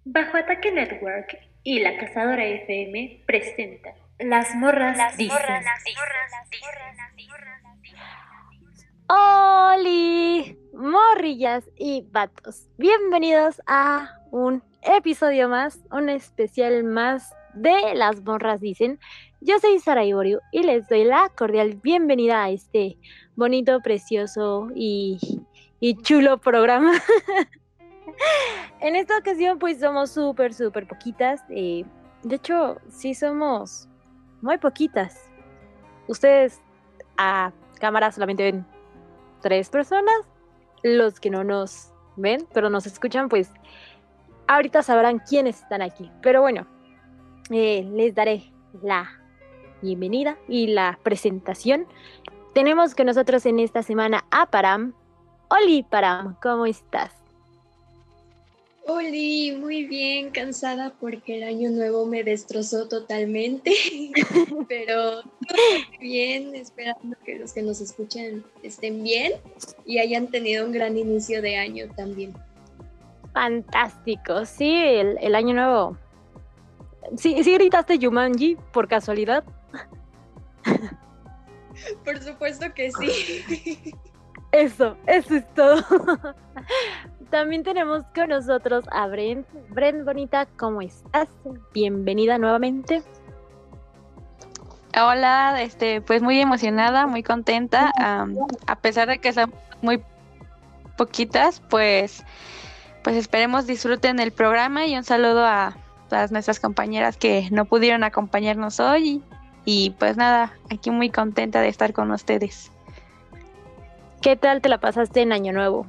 Bajo Ataque Network y La Cazadora FM presentan Las Morras Dicen. ¡Holi! Morrillas y vatos. Bienvenidos a un episodio más, un especial más de Las Morras Dicen. Yo soy Sara Iborio y les doy la cordial bienvenida a este bonito, precioso y chulo programa. En esta ocasión pues somos súper poquitas. De hecho, sí somos muy poquitas. Ustedes a cámara solamente ven 3 personas. Los que no nos ven, pero nos escuchan, pues ahorita sabrán quiénes están aquí. Pero bueno, les daré la bienvenida y la presentación. Tenemos con nosotros en esta semana a Param. Oli, Param, ¿cómo estás? Oli, muy bien, cansada porque el año nuevo me destrozó totalmente, pero todo muy bien, esperando que los que nos escuchen estén bien y hayan tenido un gran inicio de año también. Fantástico, sí, el año nuevo. ¿Sí gritaste Jumanji por casualidad? Por supuesto que sí. Eso es todo. También tenemos con nosotros a Brent. Brent, bonita, ¿cómo estás? Bienvenida nuevamente. Hola, pues muy emocionada, muy contenta. A pesar de que somos muy poquitas, pues esperemos disfruten el programa y un saludo a todas nuestras compañeras que no pudieron acompañarnos hoy. Y pues nada, aquí muy contenta de estar con ustedes. ¿Qué tal te la pasaste en Año Nuevo?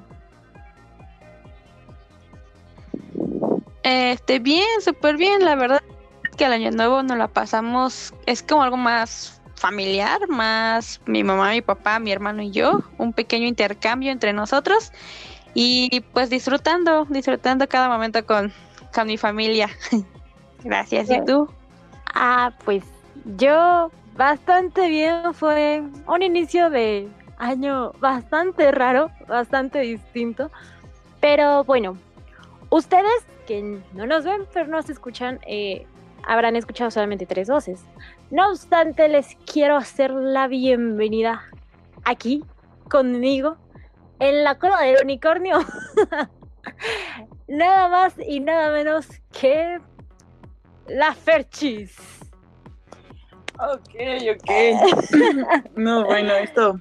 Bien, súper bien, la verdad es que el Año Nuevo nos la pasamos, es como algo más familiar, más mi mamá, mi papá, mi hermano y yo, un pequeño intercambio entre nosotros y pues disfrutando cada momento con mi familia. Gracias, ¿y tú? Pues yo bastante bien, fue un inicio de año bastante raro, bastante distinto, pero bueno, ustedes que no nos ven pero nos escuchan, habrán escuchado solamente 3 voces. No obstante, les quiero hacer la bienvenida aquí conmigo en la cola del unicornio. Nada más y nada menos que la Ferchis. Ok. No, bueno, esto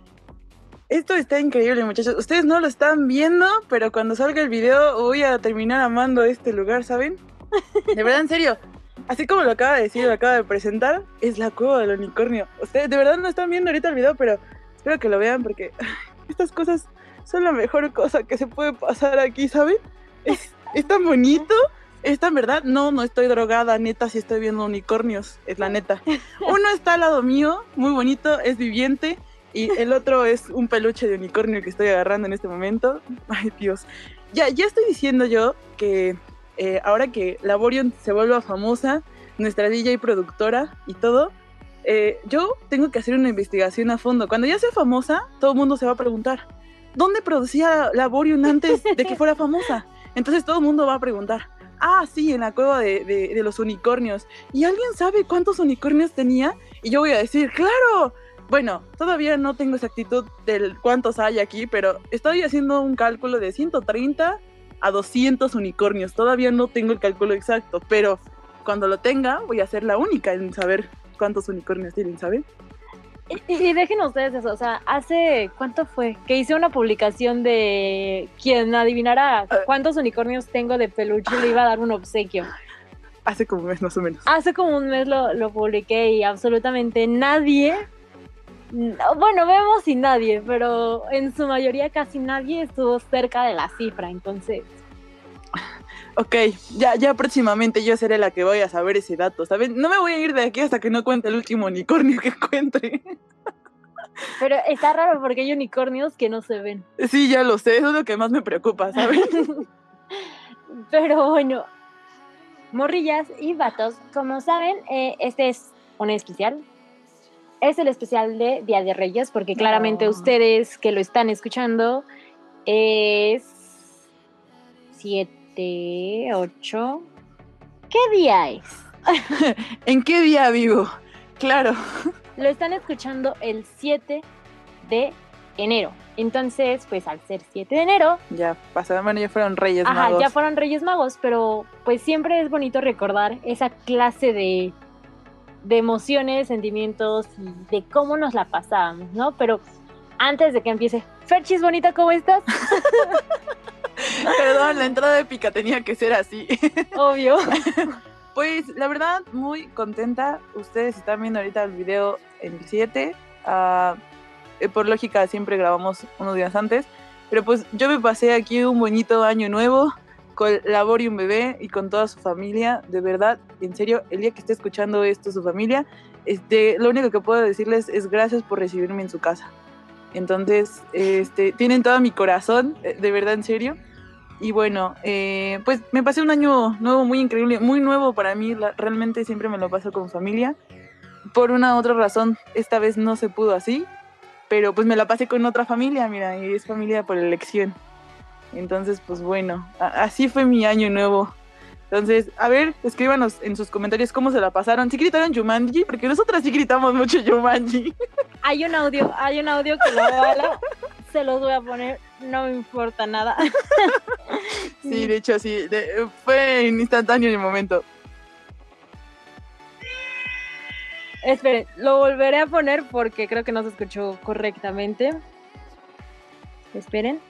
está increíble, muchachos. Ustedes no lo están viendo, pero cuando salga el video voy a terminar amando este lugar, ¿saben? De verdad, en serio. Así como lo acaba de decir, lo acaba de presentar, es la cueva del unicornio. Ustedes de verdad no están viendo ahorita el video, pero espero que lo vean porque estas cosas son la mejor cosa que se puede pasar aquí, ¿saben? Es tan bonito. Esta en verdad, no estoy drogada, neta, si estoy viendo unicornios, es la neta. Uno está al lado mío, muy bonito, es viviente, y el otro es un peluche de unicornio que estoy agarrando en este momento. Ay, Dios. Ya estoy diciendo yo que ahora que Laborion se vuelva famosa, nuestra DJ productora y todo, yo tengo que hacer una investigación a fondo. Cuando ya sea famosa, todo el mundo se va a preguntar, ¿dónde producía Laborion antes de que fuera famosa? Entonces todo el mundo va a preguntar, sí, en la cueva de los unicornios. ¿Y alguien sabe cuántos unicornios tenía? Y yo voy a decir, ¡claro! Bueno, todavía no tengo exactitud de cuántos hay aquí, pero estoy haciendo un cálculo de 130 a 200 unicornios. Todavía no tengo el cálculo exacto, pero cuando lo tenga voy a ser la única en saber cuántos unicornios tienen, ¿saben? Y dejen ustedes eso, o sea, ¿hace cuánto fue? Que hice una publicación de quien adivinara cuántos unicornios tengo de peluche le iba a dar un obsequio. Hace como un mes más o menos. Hace como un mes lo publiqué y absolutamente nadie, bueno, vemos y nadie, pero en su mayoría casi nadie estuvo cerca de la cifra, entonces... Ok, ya próximamente yo seré la que voy a saber ese dato, ¿saben? No me voy a ir de aquí hasta que no cuente el último unicornio que encuentre. Pero está raro porque hay unicornios que no se ven. Sí, ya lo sé, eso es lo que más me preocupa, ¿saben? Pero bueno, morrillas y vatos, como saben, este es un especial. Es el especial de Día de Reyes, porque claramente ustedes que lo están escuchando es 7, 8. ¿Qué día es? ¿En qué día vivo? Claro. Lo están escuchando el 7 de enero. Entonces, pues al ser 7 de enero... Ya pasaron, bueno, ya fueron Reyes Ajá, Magos. ya fueron Reyes Magos, pero pues siempre es bonito recordar esa clase de emociones, sentimientos y de cómo nos la pasábamos, ¿no? Pero antes de que empiece, Ferchis bonita, ¿cómo estás? Perdón, la entrada épica tenía que ser así. Obvio. Pues la verdad, muy contenta. Ustedes están viendo ahorita el video el 7. Por lógica siempre grabamos unos días antes. Pero pues yo me pasé aquí un bonito año nuevo con Laborium Bebé y con toda su familia. De verdad, en serio, el día que esté escuchando esto su familia, lo único que puedo decirles es gracias por recibirme en su casa. Entonces, tienen todo mi corazón, de verdad, en serio. Y bueno, pues me pasé un año nuevo muy increíble, muy nuevo para mí. Realmente siempre me lo paso con familia. Por una u otra razón, esta vez no se pudo así. Pero pues me la pasé con otra familia, mira, y es familia por elección. Entonces, pues bueno, así fue mi año nuevo. Entonces, a ver, escríbanos en sus comentarios cómo se la pasaron. ¿Sí gritaron Jumanji? Porque nosotras sí gritamos mucho Jumanji. Hay un audio que lo avala. Se los voy a poner, no me importa nada. Sí, de hecho, sí. Fue instantáneo en el momento. Esperen, lo volveré a poner porque creo que no se escuchó correctamente. Esperen.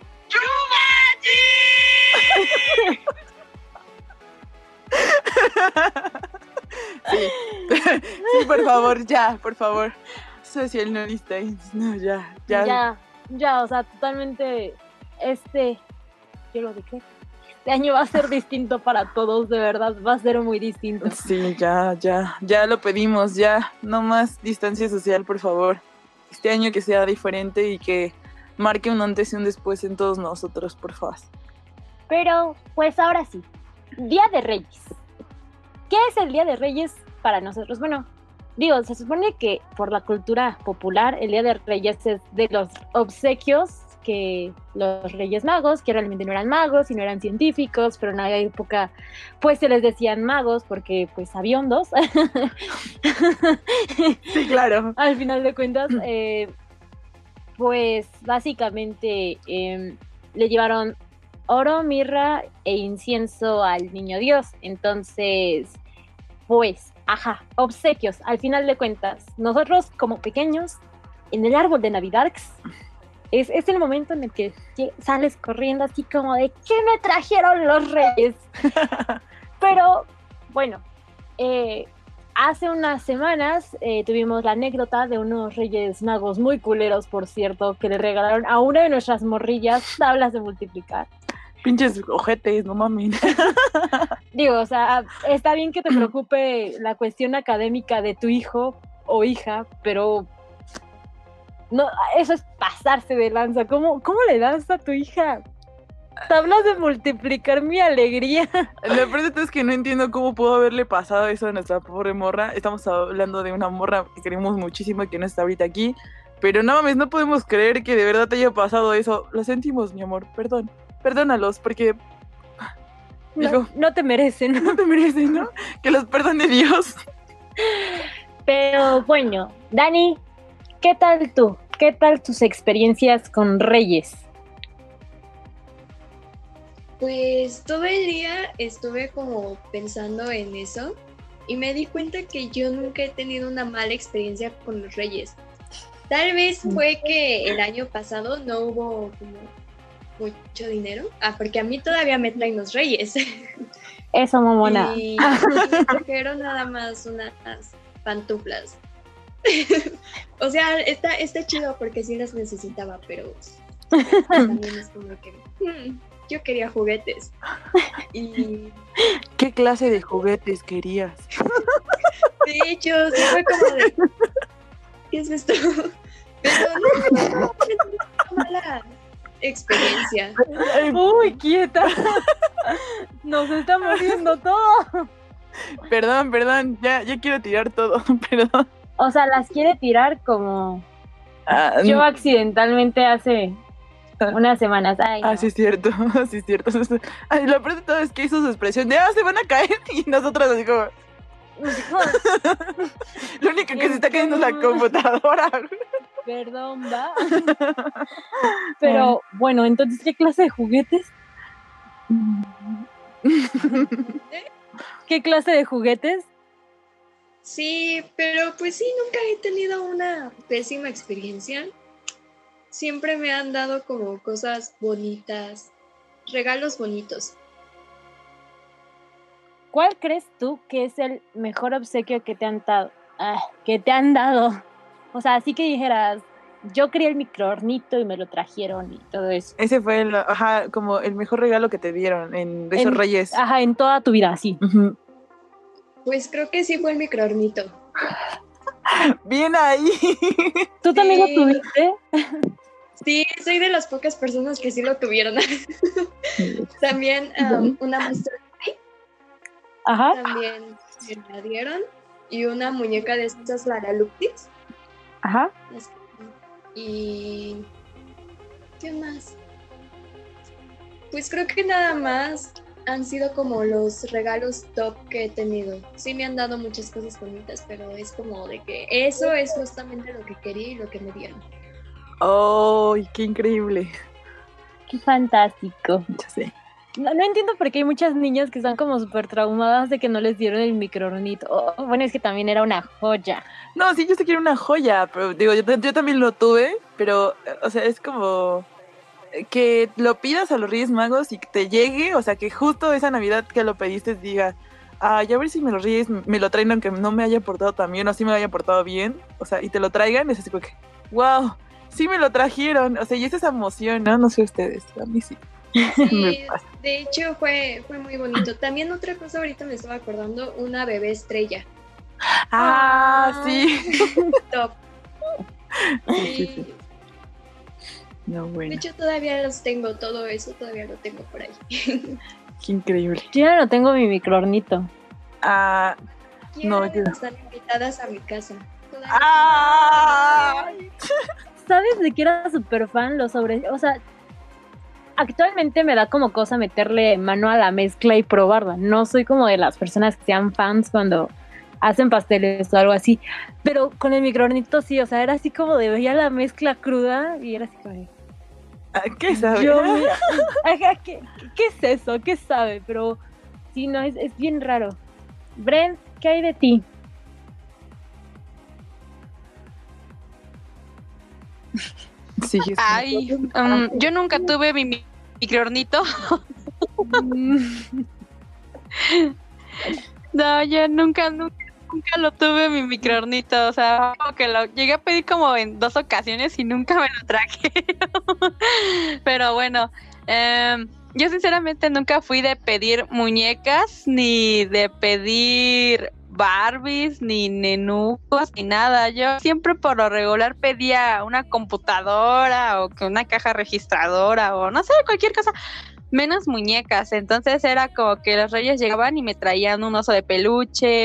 Sí. Sí, por favor, ya, por favor. Social no lista. No, ya. Ya, o sea, totalmente yo lo dije. Este año va a ser distinto para todos, de verdad, va a ser muy distinto. Sí, ya lo pedimos, ya. No más distancia social, por favor. Este año que sea diferente y que marque un antes y un después en todos nosotros, por favor. Pero, pues ahora sí, Día de Reyes. ¿Qué es el Día de Reyes para nosotros? Bueno, digo, se supone que por la cultura popular, el Día de Reyes es de los obsequios que los Reyes Magos, que realmente no eran magos y no eran científicos, pero en aquella época pues se les decían magos porque pues sabiondos. Sí, claro. Al final de cuentas, pues básicamente le llevaron oro, mirra e incienso al niño Dios. Entonces, pues, obsequios. Al final de cuentas, nosotros como pequeños, en el árbol de Navidad, es el momento en el que sales corriendo así como de ¿qué me trajeron los reyes? Pero, bueno, hace unas semanas tuvimos la anécdota de unos Reyes Magos muy culeros, por cierto, que le regalaron a una de nuestras morrillas tablas de multiplicar. Pinches ojetes, no mames. Digo, o sea, está bien que te preocupe la cuestión académica de tu hijo o hija, pero no, eso es pasarse de lanza. ¿Cómo le das a tu hija tablas de multiplicar mi alegría? Lo peor es que no entiendo cómo pudo haberle pasado eso a nuestra pobre morra. Estamos hablando de una morra que queremos muchísimo y que no está ahorita aquí. Pero no mames, no podemos creer que de verdad te haya pasado eso. Lo sentimos, mi amor, perdón. Perdónalos, porque... No te merecen. No te merecen, ¿no? Que los perdone Dios. Pero bueno, Dani, ¿qué tal tú? ¿Qué tal tus experiencias con Reyes? Pues todo el día estuve como pensando en eso y me di cuenta que yo nunca he tenido una mala experiencia con los Reyes. Tal vez fue que el año pasado no hubo como mucho dinero. Porque a mí todavía me traen los Reyes. Eso, mamona. Y me trajeron nada más unas pantuflas. O sea, está chido porque sí las necesitaba, pero también es como que yo quería juguetes. Y ¿qué clase de juguetes querías? de hecho, sí fue como de ¿qué es esto? Pero no mala experiencia. Uy, quieta. Nos estamos viendo todo. Perdón, ya quiero tirar todo, perdón. O sea, las quiere tirar como yo accidentalmente hace unas semanas. Ay, Ah, no. sí es cierto, sí es cierto. Ay, lo peor de todo es que hizo su expresión de, se van a caer, y nosotros así como, lo único que se está cayendo es la computadora. Perdón, va. Pero bueno, entonces, ¿qué clase de juguetes? ¿Qué clase de juguetes? Sí, pero pues sí, nunca he tenido una pésima experiencia. Siempre me han dado como cosas bonitas, regalos bonitos. ¿Cuál crees tú que es el mejor obsequio que te han dado? Que te han dado. O sea, así que dijeras, yo quería el microornito y me lo trajeron y todo eso. Ese fue como el mejor regalo que te dieron de esos Reyes. Ajá, en toda tu vida, sí. Ujú. Pues creo que sí fue el microornito. Bien ahí. ¿Tú también Sí. lo tuviste? Sí, soy de las pocas personas que sí lo tuvieron. También una Monster Ajá. también me la dieron. Y una muñeca de estas Lara-Luptis. Ajá. Y... ¿qué más? Pues creo que nada más han sido como los regalos top que he tenido. Sí me han dado muchas cosas bonitas, pero es como de que eso es justamente lo que quería y lo que me dieron. ¡Ay, qué increíble! Qué fantástico. Ya sé. No entiendo por qué hay muchas niñas que están como súper traumadas de que no les dieron el microornito. Bueno, es que también era una joya. No, sí, yo sé que era una joya, pero digo, yo también lo tuve, pero, o sea, es como que lo pidas a los Reyes Magos y que te llegue, o sea, que justo esa Navidad que lo pediste diga, ya a ver si me los Reyes me lo traen aunque no me haya portado tan bien o sí me lo haya portado bien, o sea, y te lo traigan, es así como que, wow, sí me lo trajeron, o sea, y es esa emoción, ¿no? No sé ustedes, a mí sí. Sí, de hecho fue muy bonito. También otra cosa ahorita me estaba acordando, una bebé estrella. Sí. Top. Sí. No, De bueno, hecho todavía los tengo, todo eso todavía lo tengo por ahí. qué increíble. Yo ya no tengo mi microornito. No, yo- Están invitadas a mi casa. ¿Sabes de qué era súper fan? O sea, actualmente me da como cosa meterle mano a la mezcla y probarla. No soy como de las personas que sean fans cuando hacen pasteles o algo así. Pero con el microornito sí, o sea, era así como de veía la mezcla cruda y era así como de, ¿Qué sabes? Ajá, ¿qué es eso? ¿Qué sabe? Pero sí, no, es bien raro. Brent, ¿qué hay de ti? Sí, es Ay, yo nunca tuve mi microornito. No, yo nunca lo tuve mi microornito. O sea, como que lo llegué a pedir como en 2 ocasiones y nunca me lo trajeron. Pero bueno, yo sinceramente nunca fui de pedir muñecas, ni de pedir Barbies, ni nenucos, ni nada. Yo siempre por lo regular pedía una computadora o que una caja registradora o no sé, cualquier cosa, menos muñecas. Entonces era como que los reyes llegaban y me traían un oso de peluche,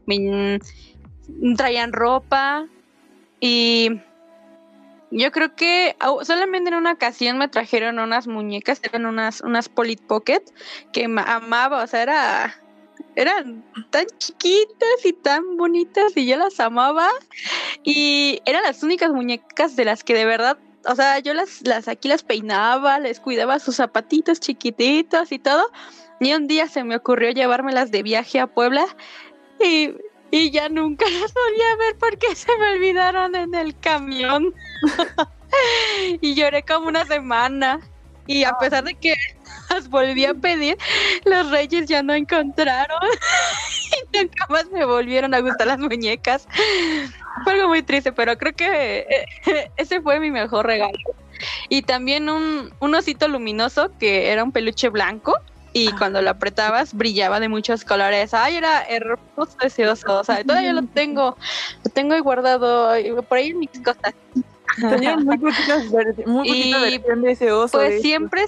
traían ropa y yo creo que solamente en una ocasión me trajeron unas muñecas, eran unas Polly Pocket que amaba, o sea, eran tan chiquitas y tan bonitas y yo las amaba y eran las únicas muñecas de las que de verdad, o sea, yo las aquí las peinaba, les cuidaba sus zapatitos chiquititos y todo, y un día se me ocurrió llevármelas de viaje a Puebla y ya nunca las volví a ver porque se me olvidaron en el camión. Y lloré como una semana. Y a pesar de que las volví a pedir, los reyes ya no encontraron. Y nunca más me volvieron a gustar las muñecas. Fue algo muy triste, pero creo que ese fue mi mejor regalo. Y también un osito luminoso que era un peluche blanco. Y cuando lo apretabas brillaba de muchos colores. Ay, era hermoso ese oso. O sea, todavía lo tengo ahí guardado por ahí en mis cosas. Tenían muy poquita versión de ese oso. Pues siempre.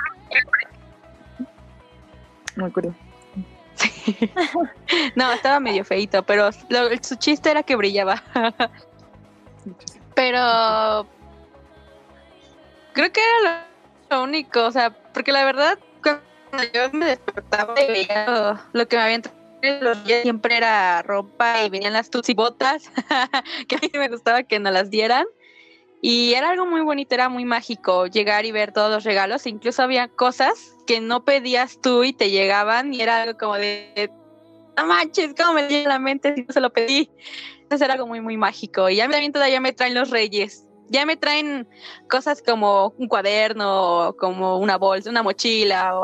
No me acuerdo. No, estaba medio feito, pero su chiste era que brillaba. Pero creo que era lo único, o sea, porque la verdad, cuando yo me despertaba y veía lo que me habían traído los días, siempre era ropa y venían las Tutsi botas, que a mí me gustaba que nos las dieran. Y era algo muy bonito, era muy mágico llegar y ver todos los regalos. Incluso había cosas que no pedías tú y te llegaban y era algo como de, no manches, ¿cómo me llega a la mente si no se lo pedí? Entonces era algo muy, muy mágico. Y ya también todavía me traen los reyes. Ya me traen cosas como un cuaderno, como una bolsa, una mochila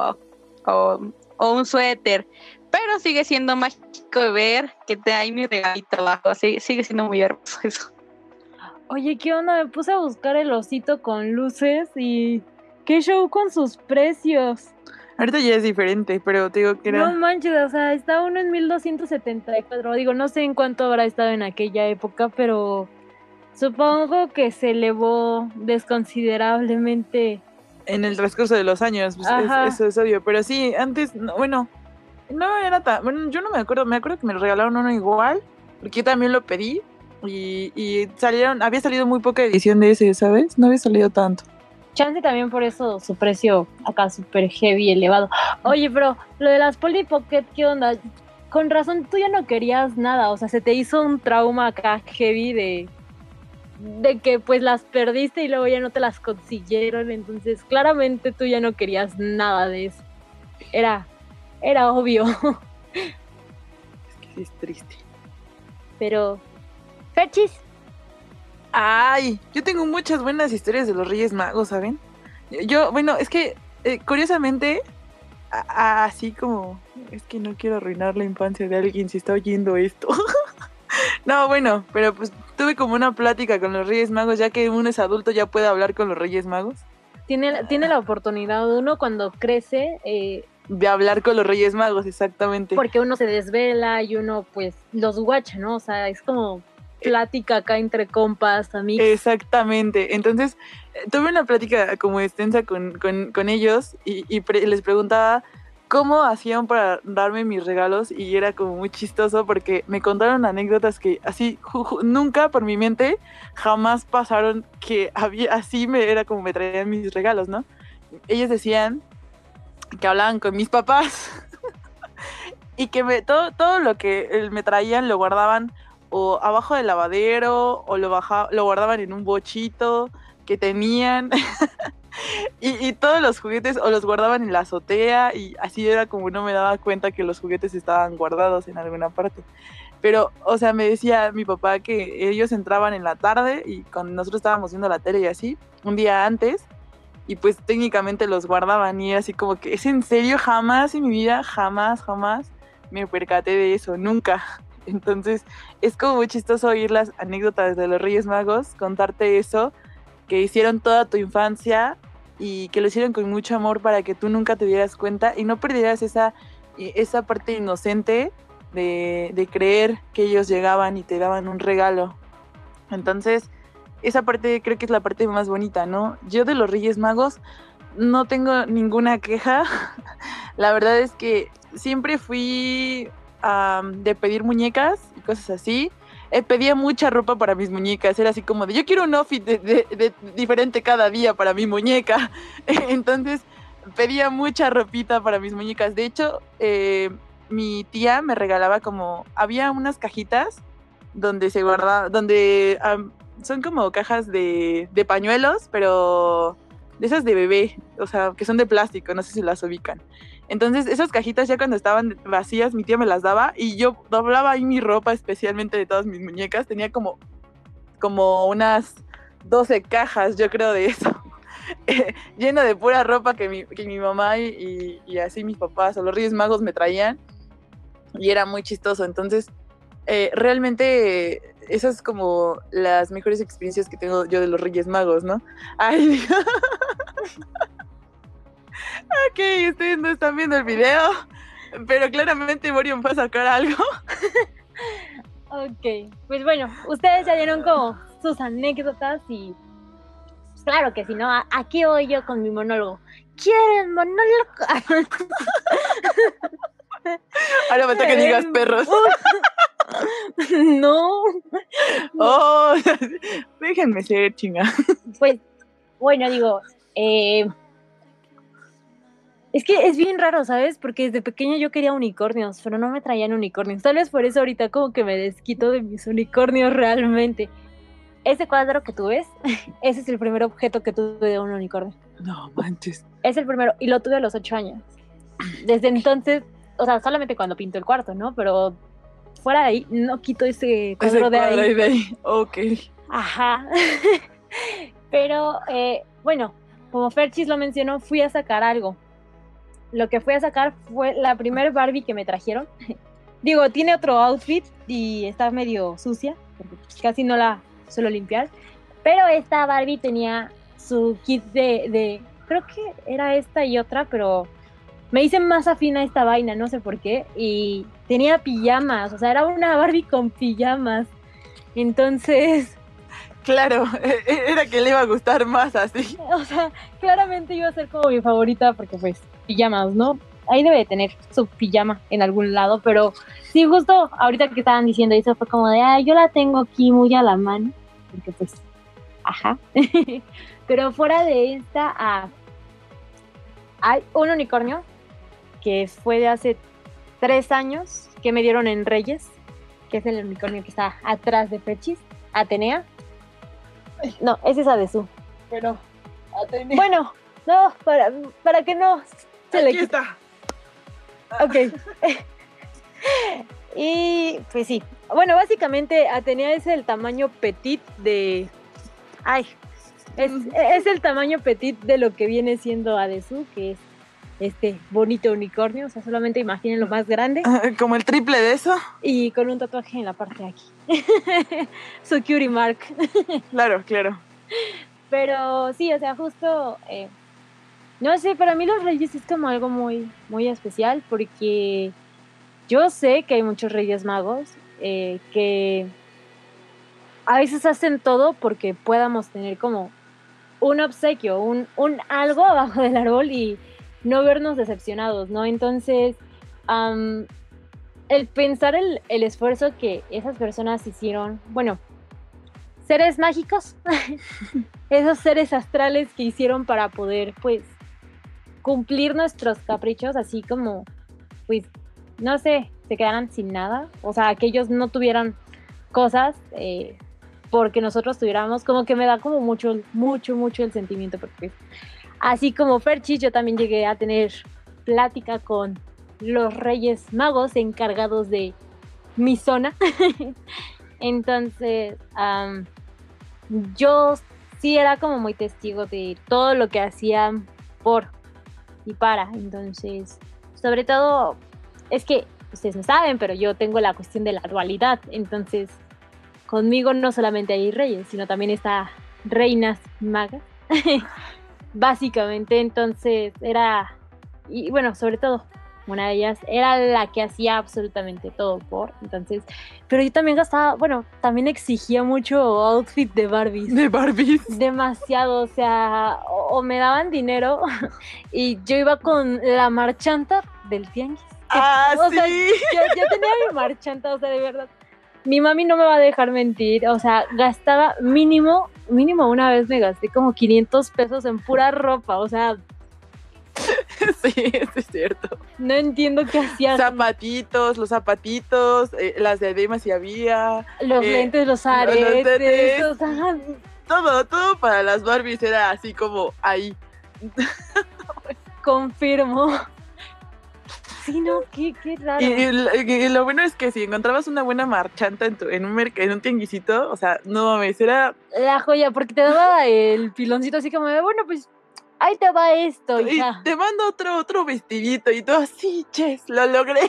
o un suéter. Pero sigue siendo mágico ver que te hay mi regalito abajo. Sigue siendo muy hermoso eso. Oye, ¿qué onda? Me puse a buscar el osito con luces y qué show con sus precios. Ahorita ya es diferente, pero te digo que era... No manches, o sea, está uno en 1274. Digo, no sé en cuánto habrá estado en aquella época, pero supongo que se elevó desconsiderablemente. En el transcurso de los años, pues eso es obvio. Pero sí, antes, no, bueno, no era tan... Bueno, yo no me acuerdo que me regalaron uno igual, porque yo también lo pedí. Y había salido muy poca edición de ese, ¿sabes? No había salido tanto. Chance también por eso su precio acá súper heavy, elevado. Oye, pero lo de las Polly Pocket, ¿qué onda? Con razón tú ya no querías nada, o sea, se te hizo un trauma acá heavy de que pues las perdiste y luego ya no te las consiguieron, entonces claramente tú ya no querías nada de eso. Era obvio. Es que sí es triste. Pero... Ferchis. Ay, yo tengo muchas buenas historias de los Reyes Magos, ¿saben? Bueno, es que curiosamente, así como, es que no quiero arruinar la infancia de alguien si está oyendo esto. No, bueno, pero pues tuve como una plática con los Reyes Magos, ya que uno es adulto ya puede hablar con los Reyes Magos. Tiene la oportunidad uno cuando crece de hablar con los Reyes Magos, exactamente. Porque uno se desvela y uno pues los guacha, ¿no? O sea, es como plática acá entre compas, amigos. Exactamente. Entonces, tuve una plática como extensa con ellos y les preguntaba cómo hacían para darme mis regalos y era como muy chistoso porque me contaron anécdotas que así nunca por mi mente jamás pasaron que era como me traían mis regalos, ¿no? Ellos decían que hablaban con mis papás y que todo lo que me traían lo guardaban o abajo del lavadero, o lo guardaban en un bochito que tenían, y todos los juguetes o los guardaban en la azotea, y así era como no me daba cuenta que los juguetes estaban guardados en alguna parte. Pero, o sea, me decía mi papá que ellos entraban en la tarde, y cuando nosotros estábamos viendo la tele y así, un día antes, y pues técnicamente los guardaban, y era así como que, ¿es en serio? Jamás en mi vida, jamás me percaté de eso, nunca. Entonces es como muy chistoso oír las anécdotas de los Reyes Magos, contarte eso, que hicieron toda tu infancia y que lo hicieron con mucho amor para que tú nunca te dieras cuenta y no perdieras esa parte inocente de creer que ellos llegaban y te daban un regalo. Entonces esa parte creo que es la parte más bonita, ¿no? Yo de los Reyes Magos no tengo ninguna queja. La verdad es que siempre fui de pedir muñecas y cosas así. Pedía mucha ropa para mis muñecas. Era así como de, yo quiero un outfit de diferente cada día para mi muñeca. Entonces pedía mucha ropita para mis muñecas. De hecho, mi tía me regalaba había unas cajitas donde se guardaba, son como cajas de pañuelos, pero de esas de bebé, o sea, que son de plástico, no sé si las ubican. Entonces, esas cajitas ya cuando estaban vacías, mi tía me las daba y yo doblaba ahí mi ropa, especialmente de todas mis muñecas. Tenía como unas 12 cajas, yo creo, de eso. Lleno de pura ropa que mi mamá y así mis papás o los Reyes Magos me traían. Y era muy chistoso. Entonces, realmente esas es como las mejores experiencias que tengo yo de los Reyes Magos, ¿no? Ay, ok, ustedes no están viendo el video, pero claramente Morion va a sacar algo. Ok, pues bueno, ustedes ya dieron como sus anécdotas y pues claro que si no, aquí voy yo con mi monólogo. ¿Quieren monólogo? Ahora me toca que digas perros. No. Oh, déjenme ser, chinga. Pues, bueno, digo, Es que es bien raro, ¿sabes? Porque desde pequeña yo quería unicornios, pero no me traían unicornios. Tal vez por eso ahorita como que me desquito de mis unicornios realmente. Ese cuadro que tú ves, ese es el primer objeto que tuve de un unicornio. No manches. Es el primero, y lo tuve a los 8 años. Desde entonces, o sea, solamente cuando pinto el cuarto, ¿no? Pero fuera de ahí, no quito ese cuadro de ahí. De ahí. Ok. Ajá. Pero, bueno, como Ferchis lo mencionó, fui a sacar algo. Lo que fui a sacar fue la primer Barbie que me trajeron. Digo, tiene otro outfit y está medio sucia, porque casi no la suelo limpiar. Pero esta Barbie tenía su kit de creo que era esta y otra, pero me hice más afín a esta vaina, no sé por qué. Y tenía pijamas, o sea, era una Barbie con pijamas. Entonces... Claro, era que le iba a gustar más así. O sea, claramente iba a ser como mi favorita porque pues pijamas, ¿no? Ahí debe de tener su pijama en algún lado, pero sí, justo ahorita que estaban diciendo eso fue como de, yo la tengo aquí muy a la mano, porque pues, ajá. Pero fuera de esta, hay un unicornio que fue de hace 3 años que me dieron en Reyes, que es el unicornio que está atrás de Ferchis, Atenea. No, ese es Adesu. Pero, Atenea. Bueno, no, para que no se le Aquí quite. está. Ok. Y pues sí. Bueno, básicamente Atenea es el tamaño petit de... Ay, es el tamaño petit de lo que viene siendo Adesu, que es este bonito unicornio. O sea, solamente imaginen lo más grande. Como el triple de eso. Y con un tatuaje en la parte de aquí. Su cutie mark. Claro, claro. Pero sí, o sea, justo... no sé, para mí los Reyes es como algo muy, muy especial porque yo sé que hay muchos Reyes Magos que a veces hacen todo porque podamos tener como un obsequio, un algo abajo del árbol y no vernos decepcionados, ¿no? Entonces, el pensar el esfuerzo que esas personas hicieron, bueno, seres mágicos, esos seres astrales que hicieron para poder, pues, cumplir nuestros caprichos, así como, pues, no sé, se quedaran sin nada, o sea, que ellos no tuvieran cosas porque nosotros tuviéramos, como que me da como mucho el sentimiento, porque así como Ferchis, yo también llegué a tener plática con los Reyes Magos encargados de mi zona. Entonces, yo sí era como muy testigo de todo lo que hacían por y para. Entonces, sobre todo, es que ustedes no saben, pero yo tengo la cuestión de la dualidad. Entonces, conmigo no solamente hay reyes, sino también está reinas magas. Básicamente, entonces era, y bueno, sobre todo, una de ellas era la que hacía absolutamente todo por, entonces, pero yo también gastaba, bueno, también exigía mucho outfit de Barbies. De Barbies. Demasiado, o sea, o me daban dinero y yo iba con la marchanta del tianguis. O Sí. sea, ya tenía mi marchanta, o sea, de verdad. Mi mami no me va a dejar mentir, o sea, gastaba mínimo una vez me gasté como 500 pesos en pura ropa, o sea... Sí, es cierto. No entiendo qué hacía. Los zapatitos, las diademas si había. Los lentes, los aretes, o sea... Todo para las Barbies era así como ahí. Confirmo. Sí, no, qué raro. Y lo bueno es que si encontrabas una buena marchanta en un tianguisito, o sea, no mames, era... La joya, porque te daba el piloncito así como de, bueno, pues, ahí te va esto, hija. Y te mando otro vestidito y todo así, ches, lo logré.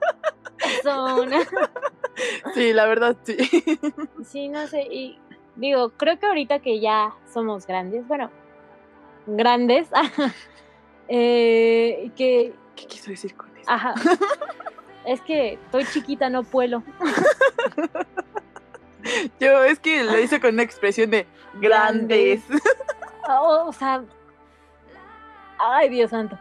Sí, la verdad, sí. Sí, no sé, y digo, creo que ahorita que ya somos grandes, que... ¿Qué quiso decir con eso? Ajá. Es que estoy chiquita, no puedo. Yo es que lo hice con una expresión de grandes. O sea, ay, Dios santo.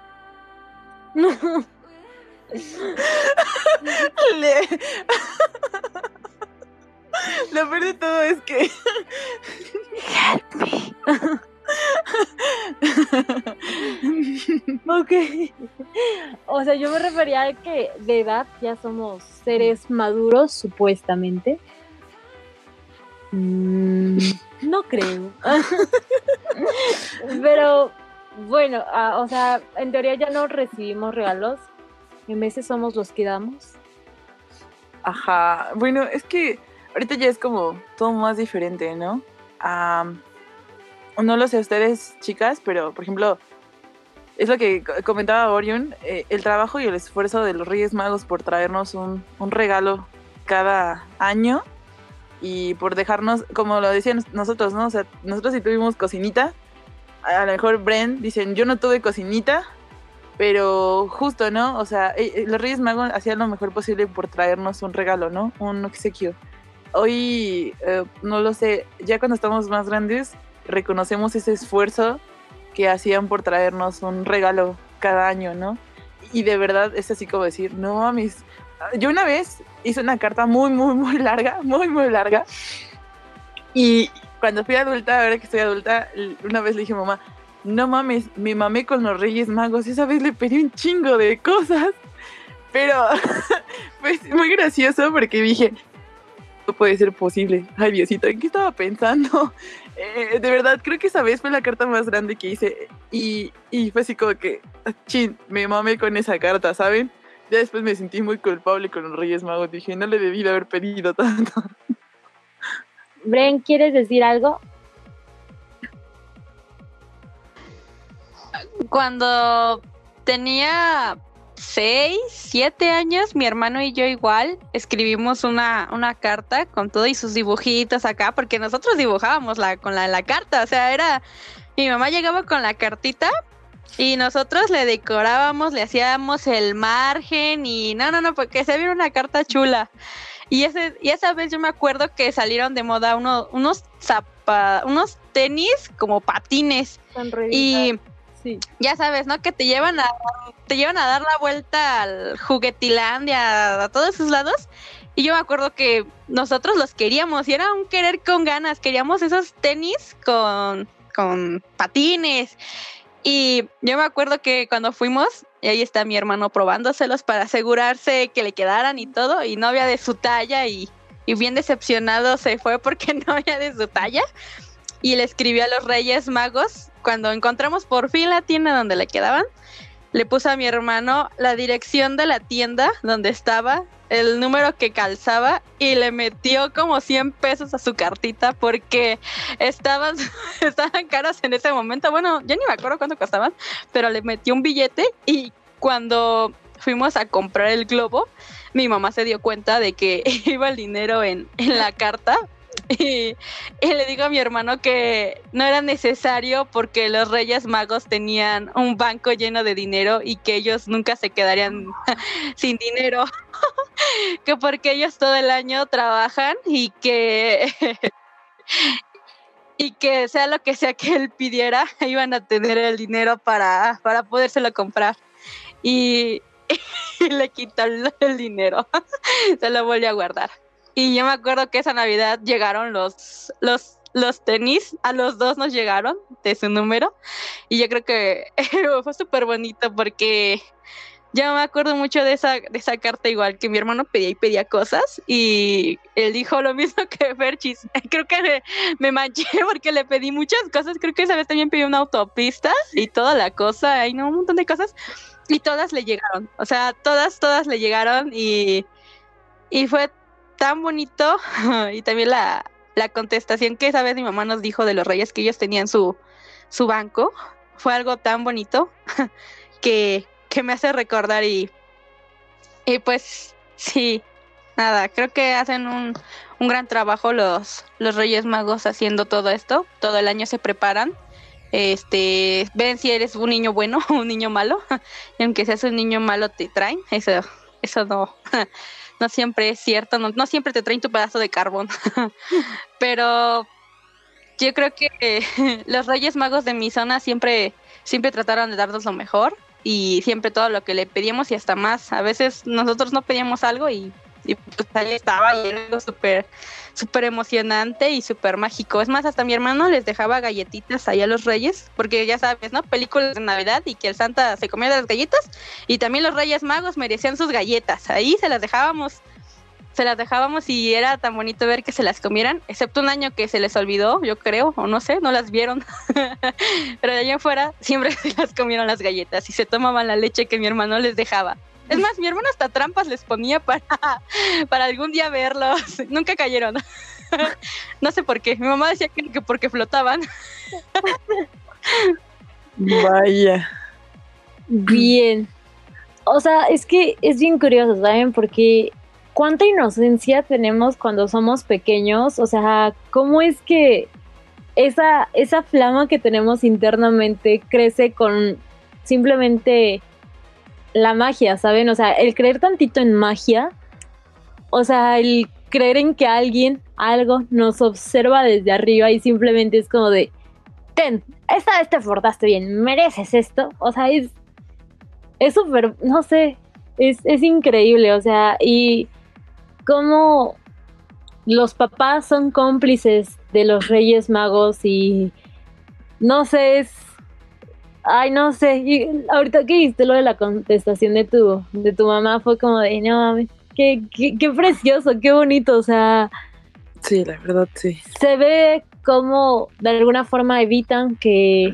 Lo peor de todo es que Help me. Ok. O sea, yo me refería a que de edad ya somos seres maduros, supuestamente. No creo. Pero bueno, o sea, en teoría ya no recibimos regalos. En veces somos los que damos. Ajá, bueno, es que ahorita ya es como todo más diferente, ¿no? No lo sé ustedes, chicas, pero por ejemplo, es lo que comentaba Orion, el trabajo y el esfuerzo de los Reyes Magos por traernos un regalo cada año y por dejarnos, como lo decían nosotros, ¿no? O sea, nosotros sí tuvimos cocinita, a lo mejor Bren dicen, yo no tuve cocinita, pero justo, ¿no? O sea, los Reyes Magos hacían lo mejor posible por traernos un regalo, ¿no? Un obsequio. Hoy, no lo sé, ya cuando estamos más grandes, reconocemos ese esfuerzo que hacían por traernos un regalo cada año, ¿no? Y de verdad es así como decir, no mames. Yo una vez hice una carta muy, muy, muy larga, muy, muy larga. Y cuando fui adulta, ahora que estoy adulta, una vez le dije a mamá, no mames, me mamé con los Reyes Magos. Esa vez le pedí un chingo de cosas. Pero fue muy gracioso porque dije, no puede ser posible. Ay, Diosito, ¿en qué estaba pensando? De verdad, creo que esa vez fue la carta más grande que hice. Y fue así como que, chin, me mamé con esa carta, ¿saben? Ya después me sentí muy culpable con los Reyes Magos. Dije, no le debí de haber pedido tanto. Bren, ¿quieres decir algo? Cuando tenía 6, 7 años, mi hermano y yo igual escribimos una carta con todo y sus dibujitos acá, porque nosotros dibujábamos con la carta, o sea, mi mamá llegaba con la cartita y nosotros le decorábamos, le hacíamos el margen y no, porque se viera una carta chula. Y esa vez yo me acuerdo que salieron de moda unos tenis como patines. Y sí, ya sabes, ¿no? Que te llevan a dar la vuelta al Juguetilandia, a todos esos lados. Y yo me acuerdo que nosotros los queríamos y era un querer con ganas. Queríamos esos tenis con patines. Y yo me acuerdo que cuando fuimos, y ahí está mi hermano probándoselos para asegurarse que le quedaran y todo, y no había de su talla, y bien decepcionado se fue porque no había de su talla. Y le escribió a los Reyes Magos, cuando encontramos por fin la tienda donde le quedaban, le puso a mi hermano la dirección de la tienda donde estaba, el número que calzaba, y le metió como 100 pesos a su cartita porque estaban caros en ese momento. Bueno, ya ni me acuerdo cuánto costaban, pero le metió un billete y cuando fuimos a comprar el globo, mi mamá se dio cuenta de que iba el dinero en la carta. Y le digo a mi hermano que no era necesario porque los Reyes Magos tenían un banco lleno de dinero y que ellos nunca se quedarían sin dinero, que porque ellos todo el año trabajan y que sea lo que sea que él pidiera, iban a tener el dinero para podérselo comprar. Y le quitó el dinero, se lo volvió a guardar. Y yo me acuerdo que esa Navidad llegaron los tenis, a los dos nos llegaron de su número, y yo creo que fue súper bonito porque yo me acuerdo mucho de esa carta, igual que mi hermano pedía cosas y él dijo lo mismo que Ferchis. Creo que me manché porque le pedí muchas cosas, creo que esa vez también pedí una autopista y toda la cosa, y no, un montón de cosas, y todas le llegaron, o sea, todas le llegaron y fue tan bonito. Y también la contestación que esa vez mi mamá nos dijo de los Reyes, que ellos tenían su banco, fue algo tan bonito que me hace recordar y pues sí, nada, creo que hacen un gran trabajo los Reyes Magos haciendo todo esto, todo el año se preparan, ven si eres un niño bueno o un niño malo, y aunque seas un niño malo te traen, eso no siempre es cierto, no siempre te traen tu pedazo de carbón, pero yo creo que los Reyes Magos de mi zona siempre trataron de darnos lo mejor y siempre todo lo que le pedíamos y hasta más. A veces nosotros no pedíamos algo y y pues ahí estaba y era algo súper emocionante y súper mágico. Es más, hasta mi hermano les dejaba galletitas ahí a los reyes, porque ya sabes, ¿no? Películas de Navidad y que el Santa se comía de las galletas, y también los Reyes Magos merecían sus galletas. Ahí se las dejábamos y era tan bonito ver que se las comieran, excepto un año que se les olvidó, yo creo, o no sé, no las vieron. Pero de allá afuera siempre se las comieron las galletas y se tomaban la leche que mi hermano les dejaba. Es más, mi hermano hasta trampas les ponía para algún día verlos. Nunca cayeron. No sé por qué. Mi mamá decía que porque flotaban. Vaya. Bien. O sea, es que es bien curioso, ¿saben? Porque cuánta inocencia tenemos cuando somos pequeños. O sea, cómo es que esa flama que tenemos internamente crece con simplemente la magia, ¿saben? O sea, el creer tantito en magia, o sea, el creer en que algo nos observa desde arriba y simplemente es como de, esta vez te portaste bien, mereces esto. O sea, es súper, no sé, es increíble, o sea, y cómo los papás son cómplices de los Reyes Magos y no sé, ay, no sé, y ahorita que viste lo de la contestación de tu mamá fue como de, no mames, qué precioso, qué bonito, o sea. Sí, la verdad, sí. Se ve como de alguna forma evitan que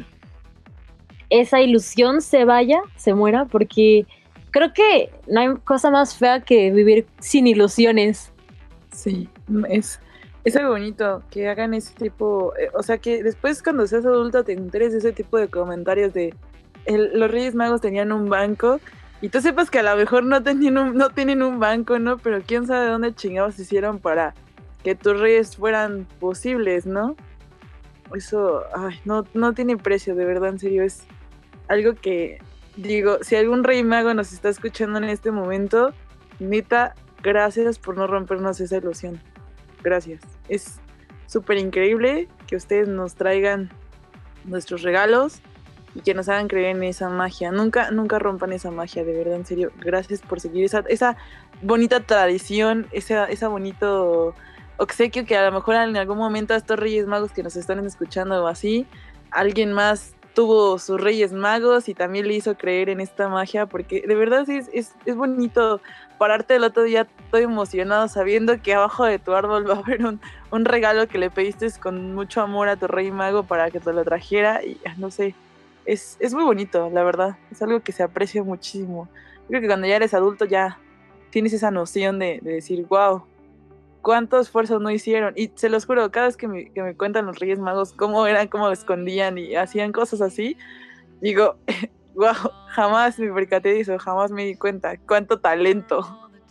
esa ilusión se muera, porque creo que no hay cosa más fea que vivir sin ilusiones. Sí, es algo bonito que hagan ese tipo, o sea, que después cuando seas adulto te enteres de ese tipo de comentarios de los Reyes Magos tenían un banco y tú sepas que a lo mejor no tienen un banco, ¿no? Pero quién sabe de dónde chingados hicieron para que tus reyes fueran posibles, ¿no? Eso, ay, no tiene precio, de verdad, en serio, es algo que, digo, si algún Rey Mago nos está escuchando en este momento, neta, gracias por no rompernos esa ilusión. Gracias. Es súper increíble que ustedes nos traigan nuestros regalos y que nos hagan creer en esa magia. Nunca rompan esa magia, de verdad, en serio. Gracias por seguir esa bonita tradición, esa bonito obsequio que a lo mejor en algún momento a estos Reyes Magos que nos están escuchando o así, alguien más tuvo sus Reyes Magos y también le hizo creer en esta magia, porque de verdad sí es bonito pararte el otro día todo emocionado sabiendo que abajo de tu árbol va a haber un regalo que le pediste con mucho amor a tu Rey Mago para que te lo trajera y no sé, es muy bonito, la verdad, es algo que se aprecia muchísimo. Creo que cuando ya eres adulto ya tienes esa noción de decir, wow, cuánto esfuerzo no hicieron, y se los juro, cada vez que me cuentan los Reyes Magos cómo eran, cómo escondían y hacían cosas así, digo, wow, jamás me percaté de eso, jamás me di cuenta, cuánto talento.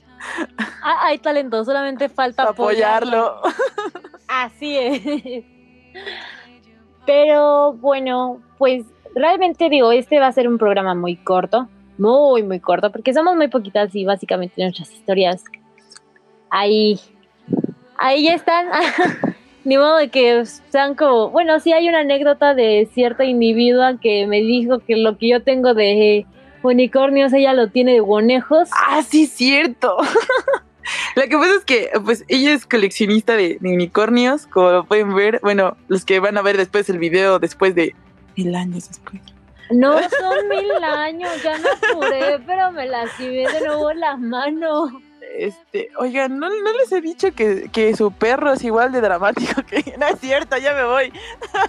Hay talento, solamente falta apoyarlo. Así es. Pero bueno, pues realmente digo, este va a ser un programa muy corto, muy, muy corto, porque somos muy poquitas y básicamente nuestras historias ahí ya están. Ni modo de que sean como, bueno, sí hay una anécdota de cierta individua que me dijo que lo que yo tengo de unicornios ella lo tiene de conejos. Ah, sí, cierto. Lo que pasa es que pues ella es coleccionista de unicornios, como lo pueden ver, bueno, los que van a ver después el video después de 1000 años después. No son 1000 años, ya me apuré, pero me lastimé de nuevo las manos. Oigan, ¿no les he dicho que su perro es igual de dramático que... No es cierto, ya me voy.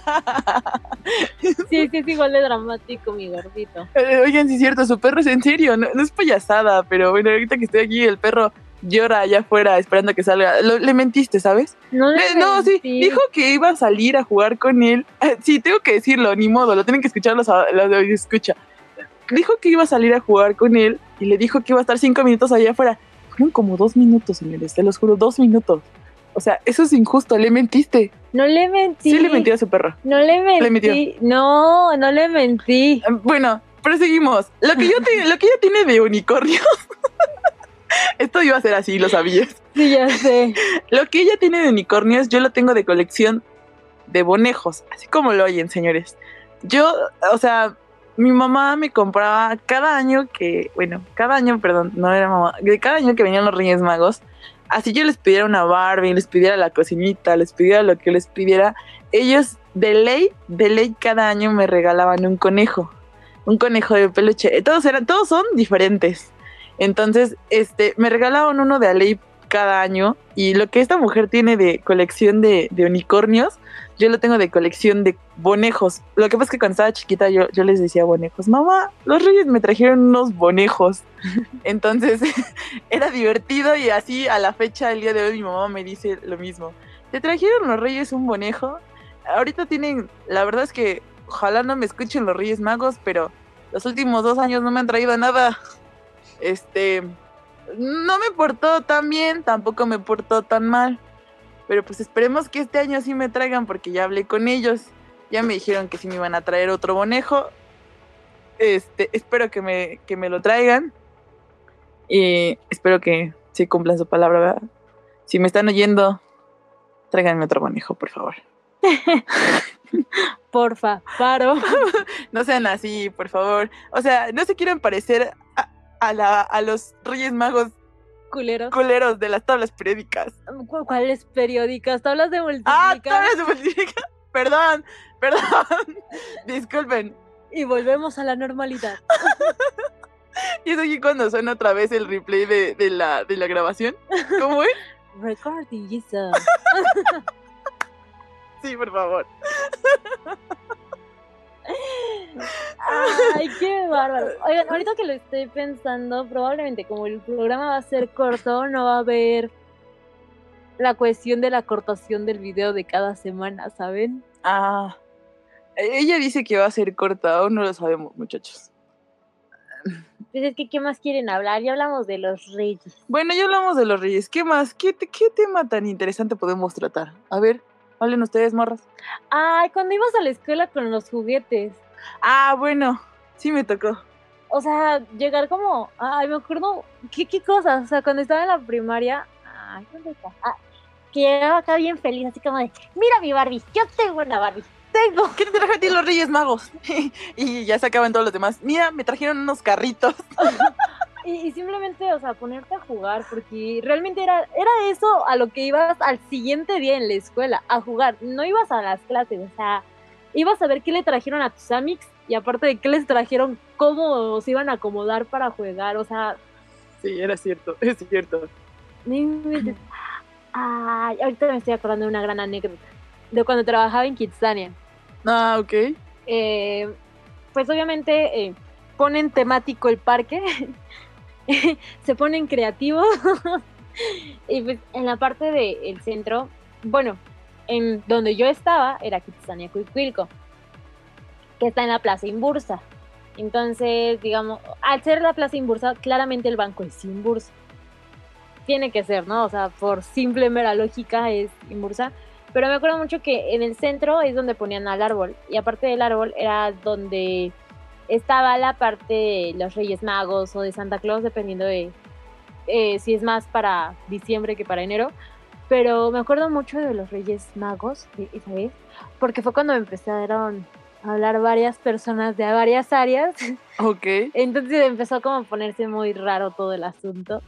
Sí, es igual de dramático, mi gordito. Oigan, sí es cierto, su perro es en serio, no es payasada, pero bueno, ahorita que estoy aquí, el perro llora allá afuera esperando que salga. Le mentiste, ¿sabes? No, sí, dijo que iba a salir a jugar con él. Sí, tengo que decirlo, ni modo, lo tienen que escuchar los de escucha. Dijo que iba a salir a jugar con él y le dijo que iba a estar 5 minutos allá afuera. Fueron como 2 minutos, señores, te los juro, 2 minutos. O sea, eso es injusto, le mentiste. No le mentí. Sí le mentí a su perro. No le mentí. No le mentí. Bueno, proseguimos. Lo que ella tiene de unicornios. Esto iba a ser así, lo sabías. Sí, ya sé. Lo que ella tiene de unicornios, yo lo tengo de colección de bonejos, así como lo oyen, señores. Yo, o sea, mi mamá me compraba cada año perdón, no era mamá, de cada año que venían los Reyes Magos, así yo les pidiera una Barbie, les pidiera la cocinita, les pidiera lo que les pidiera, ellos de ley cada año me regalaban un conejo de peluche, todos son diferentes, entonces me regalaban uno de a ley cada año, y lo que esta mujer tiene de colección de unicornios, yo lo tengo de colección de bonejos. Lo que pasa es que cuando estaba chiquita yo les decía bonejos, mamá, los Reyes me trajeron unos bonejos. Entonces era divertido, y así a la fecha, el día de hoy, mi mamá me dice lo mismo. ¿Te trajeron los Reyes un bonejo? Ahorita la verdad es que ojalá no me escuchen los Reyes Magos, pero los últimos 2 años no me han traído nada. No me portó tan bien, tampoco me portó tan mal. Pero pues esperemos que este año sí me traigan, porque ya hablé con ellos. Ya me dijeron que sí me iban a traer otro bonejo. Espero que me lo traigan. Y espero que sí cumplan su palabra, ¿verdad? Si me están oyendo, tráiganme otro bonejo, por favor. Porfa, paro. No sean así, por favor. O sea, no se quieran parecer a los Reyes Magos culeros de las tablas periódicas. ¿Cuáles periódicas? ¿Tablas de multiplicar? Tablas de multiplicar. Perdón. Disculpen. Y volvemos a la normalidad. Y es aquí cuando suena otra vez el replay de la grabación. ¿Cómo es? Recording Jesus. Sí, por favor. Ay, qué bárbaro. Oigan, ahorita que lo estoy pensando, probablemente como el programa va a ser corto, no va a haber la cuestión de la cortación del video de cada semana, ¿saben? Ella dice que va a ser corta, aún no lo sabemos, muchachos. Pues es que, ¿qué más quieren hablar? Ya hablamos de los Reyes. Bueno, ya hablamos de los Reyes. ¿Qué más? ¿Qué tema tan interesante podemos tratar? A ver, hablen ustedes, morras. Ay, cuando ibas a la escuela con los juguetes. Bueno, sí me tocó. O sea, llegar como... Ay, me acuerdo... ¿Qué cosas? O sea, cuando estaba en la primaria... Ay, ¿dónde está? Que llegaba acá bien feliz, así como de... Mira mi Barbie, yo tengo una Barbie. ¿Qué te traje a ti los Reyes Magos? Y ya se acaban todos los demás. Mira, me trajeron unos carritos. Y simplemente, o sea, ponerte a jugar, porque realmente era eso a lo que ibas al siguiente día en la escuela, a jugar. No ibas a las clases, o sea, ibas a ver qué le trajeron a tus amics, y aparte de qué les trajeron, cómo se iban a acomodar para jugar, o sea... Sí, era cierto, es cierto. Ay, ahorita me estoy acordando de una gran anécdota, de cuando trabajaba en Kidzania. Ok. Pues obviamente ponen temático el parque, se ponen creativos, y pues en la parte del centro, bueno, en donde yo estaba era Kitsania Cuicuilco, que está en la Plaza Imbursa. Entonces, digamos, al ser la Plaza Imbursa, claramente el banco es Imbursa. Tiene que ser, ¿no? O sea, por simple mera lógica es Imbursa. Pero me acuerdo mucho que en el centro es donde ponían al árbol. Y aparte del árbol era donde estaba la parte de los Reyes Magos o de Santa Claus, dependiendo de si es más para diciembre que para enero. Pero me acuerdo mucho de los Reyes Magos esa vez, porque fue cuando me empezaron a hablar varias personas de varias áreas. Ok. Entonces empezó como a ponerse muy raro todo el asunto.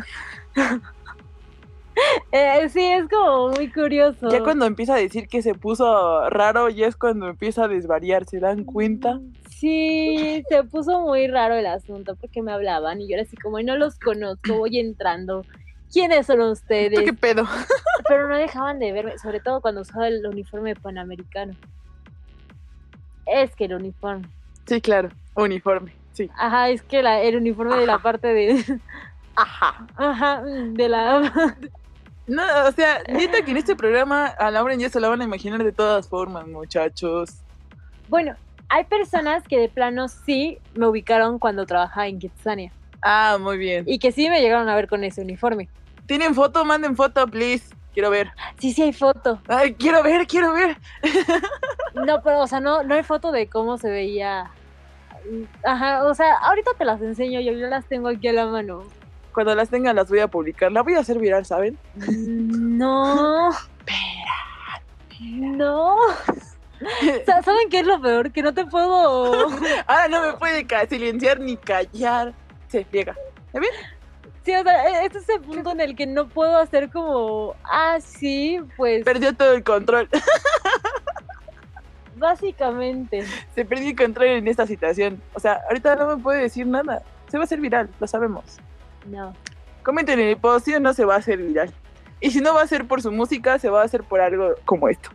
Sí, es como muy curioso. Ya cuando empieza a decir que se puso raro, ya es cuando empieza a desvariar, ¿se dan cuenta? Sí, se puso muy raro el asunto porque me hablaban y yo era así como, no los conozco, voy entrando. ¿Quiénes son ustedes? ¿Qué pedo? Pero no dejaban de verme, sobre todo cuando usaba el uniforme panamericano. Es que el uniforme. Sí, claro, uniforme, sí. Ajá, es que el uniforme de la parte de... Ajá, de la... No, o sea, neta que en este programa a Lauren ya se la van a imaginar de todas formas, muchachos. Bueno, hay personas que de plano sí me ubicaron cuando trabajaba en Kitsania. Muy bien. Y que sí me llegaron a ver con ese uniforme. ¿Tienen foto? Manden foto, please. Quiero ver. Sí hay foto. Ay, quiero ver. No, pero, o sea, no hay foto de cómo se veía. Ajá, o sea, ahorita te las enseño, yo las tengo aquí a la mano. Cuando las tenga las voy a publicar. La voy a hacer viral, ¿saben? No. Espera. No. ¿Saben qué es lo peor? Que no te puedo... Ahora no me puede silenciar ni callar. Se friega. ¿Ya ven? Sí, o sea, este es el punto en el que no puedo hacer como... Ah, sí, pues... Perdió todo el control. Básicamente. Se perdió el control en esta situación. O sea, ahorita no me puede decir nada. Se va a hacer viral, lo sabemos. No. Comenten en el post, si o no se va a hacer viral. Y si no va a ser por su música, se va a hacer por algo como esto.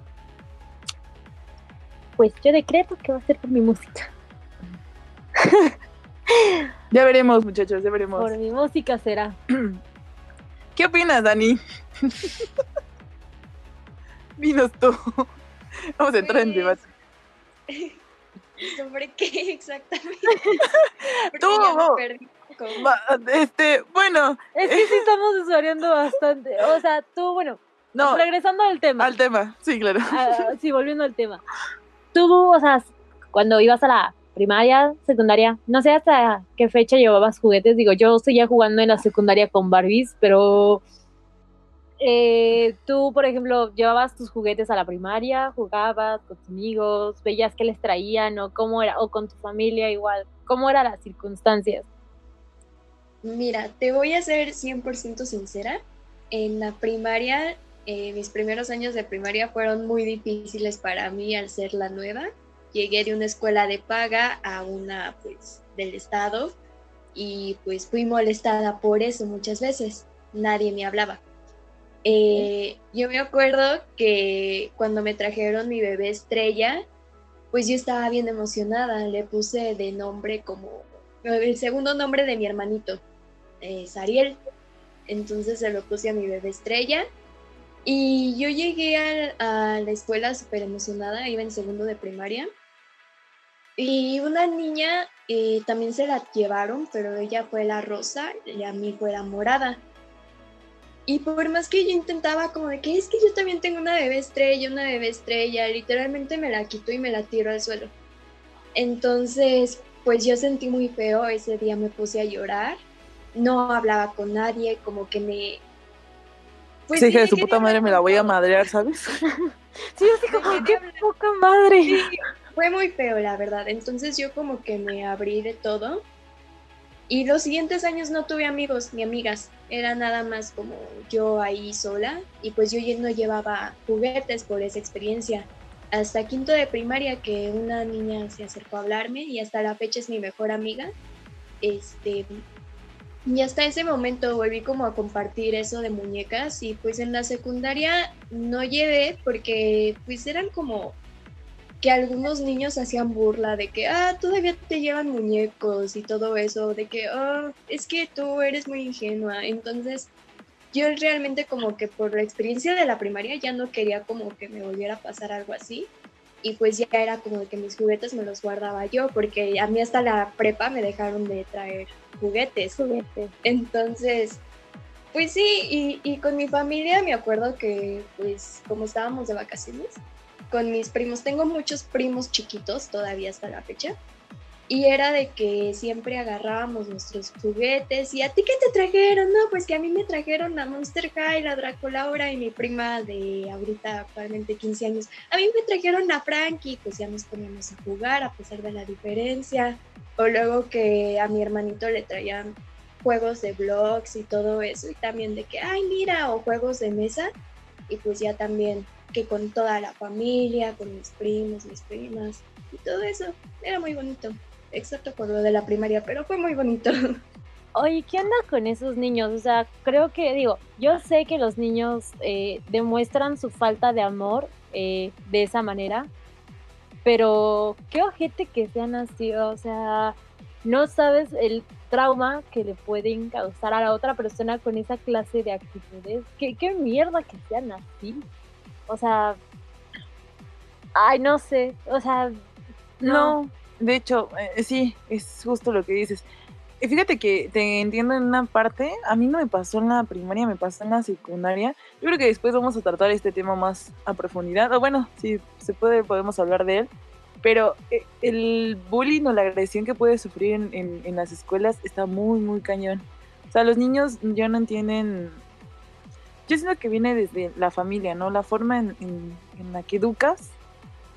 Pues yo decreto que va a ser por mi música. Ya veremos, muchachos, ya veremos. Por mi música será. ¿Qué opinas, Dani? Dinos tú. Vamos a entrar en debate. ¿Sobre qué exactamente? Porque Tú, ya me no. perdí un poco. Bueno. Es que sí estamos usuariando bastante. O sea, tú, bueno, No, regresando al tema. al tema, sí, claro. Sí, volviendo al tema. Tú, o sea, cuando ibas a la primaria, secundaria, no sé hasta qué fecha llevabas juguetes. Digo, yo seguía jugando en la secundaria con Barbies, pero tú, por ejemplo, llevabas tus juguetes a la primaria, jugabas con tus amigos, veías qué les traían o cómo era, o con tu familia igual, cómo eran las circunstancias. Mira, te voy a ser 100% sincera. En la primaria, mis primeros años de primaria fueron muy difíciles para mí al ser la nueva. Llegué de una escuela de paga a una, pues, del estado y pues fui molestada por eso muchas veces. Nadie me hablaba. Yo me acuerdo que cuando me trajeron mi bebé Estrella, pues yo estaba bien emocionada. Le puse de nombre como el segundo nombre de mi hermanito, Sariel. Entonces se lo puse a mi bebé Estrella. Y yo llegué a la escuela súper emocionada, iba en segundo de primaria. Y una niña también se la llevaron, pero ella fue la rosa y a mí fue la morada. Y por más que yo intentaba como de que es que yo también tengo una bebé estrella, literalmente me la quito y me la tiro al suelo. Entonces, pues yo sentí muy feo, ese día me puse a llorar, no hablaba con nadie, como que me... Pues hija de su puta madre me la voy a madrear, ¿sabes? Sí, así como, qué poca madre. Sí, fue muy feo, la verdad. Entonces yo como que me abrí de todo. Y los siguientes años no tuve amigos ni amigas. Era nada más como yo ahí sola. Y pues yo ya no llevaba juguetes por esa experiencia. Hasta quinto de primaria que una niña se acercó a hablarme y hasta la fecha es mi mejor amiga. Y hasta ese momento volví como a compartir eso de muñecas. Y pues en la secundaria no llevé porque pues eran como que algunos niños hacían burla de que, todavía te llevan muñecos y todo eso, de que, es que tú eres muy ingenua. Entonces, yo realmente como que por la experiencia de la primaria ya no quería como que me volviera a pasar algo así. Y pues ya era como que mis juguetes me los guardaba yo, porque a mí hasta la prepa me dejaron de traer juguetes. Entonces, pues sí, y con mi familia me acuerdo que pues como estábamos de vacaciones, con mis primos, tengo muchos primos chiquitos todavía hasta la fecha, y era de que siempre agarrábamos nuestros juguetes, y ¿a ti qué te trajeron? No, pues que a mí me trajeron la Monster High, la Dracolaura, y mi prima de ahorita actualmente 15 años, a mí me trajeron la Frankie, pues ya nos poníamos a jugar a pesar de la diferencia, o luego que a mi hermanito le traían juegos de blogs y todo eso, y también de que, ay mira, o juegos de mesa, y pues ya también que con toda la familia, con mis primos, mis primas, y todo eso, era muy bonito, excepto por lo de la primaria, pero fue muy bonito. Oye, ¿qué onda con esos niños? O sea, creo que, digo, yo sé que los niños demuestran su falta de amor de esa manera, pero qué ojete que sean así, o sea, no sabes el trauma que le pueden causar a la otra persona con esa clase de actitudes. Qué mierda que sean así. O sea, ay, no sé, o sea, no. De hecho, sí, es justo lo que dices. Fíjate que te entiendo en una parte, a mí no me pasó en la primaria, me pasó en la secundaria. Yo creo que después vamos a tratar este tema más a profundidad, o bueno, si se puede, podemos hablar de él. Pero el bullying o la agresión que puedes sufrir en las escuelas está muy, muy cañón. O sea, los niños ya no entienden. Yo siento que viene desde la familia, ¿no? La forma en la que educas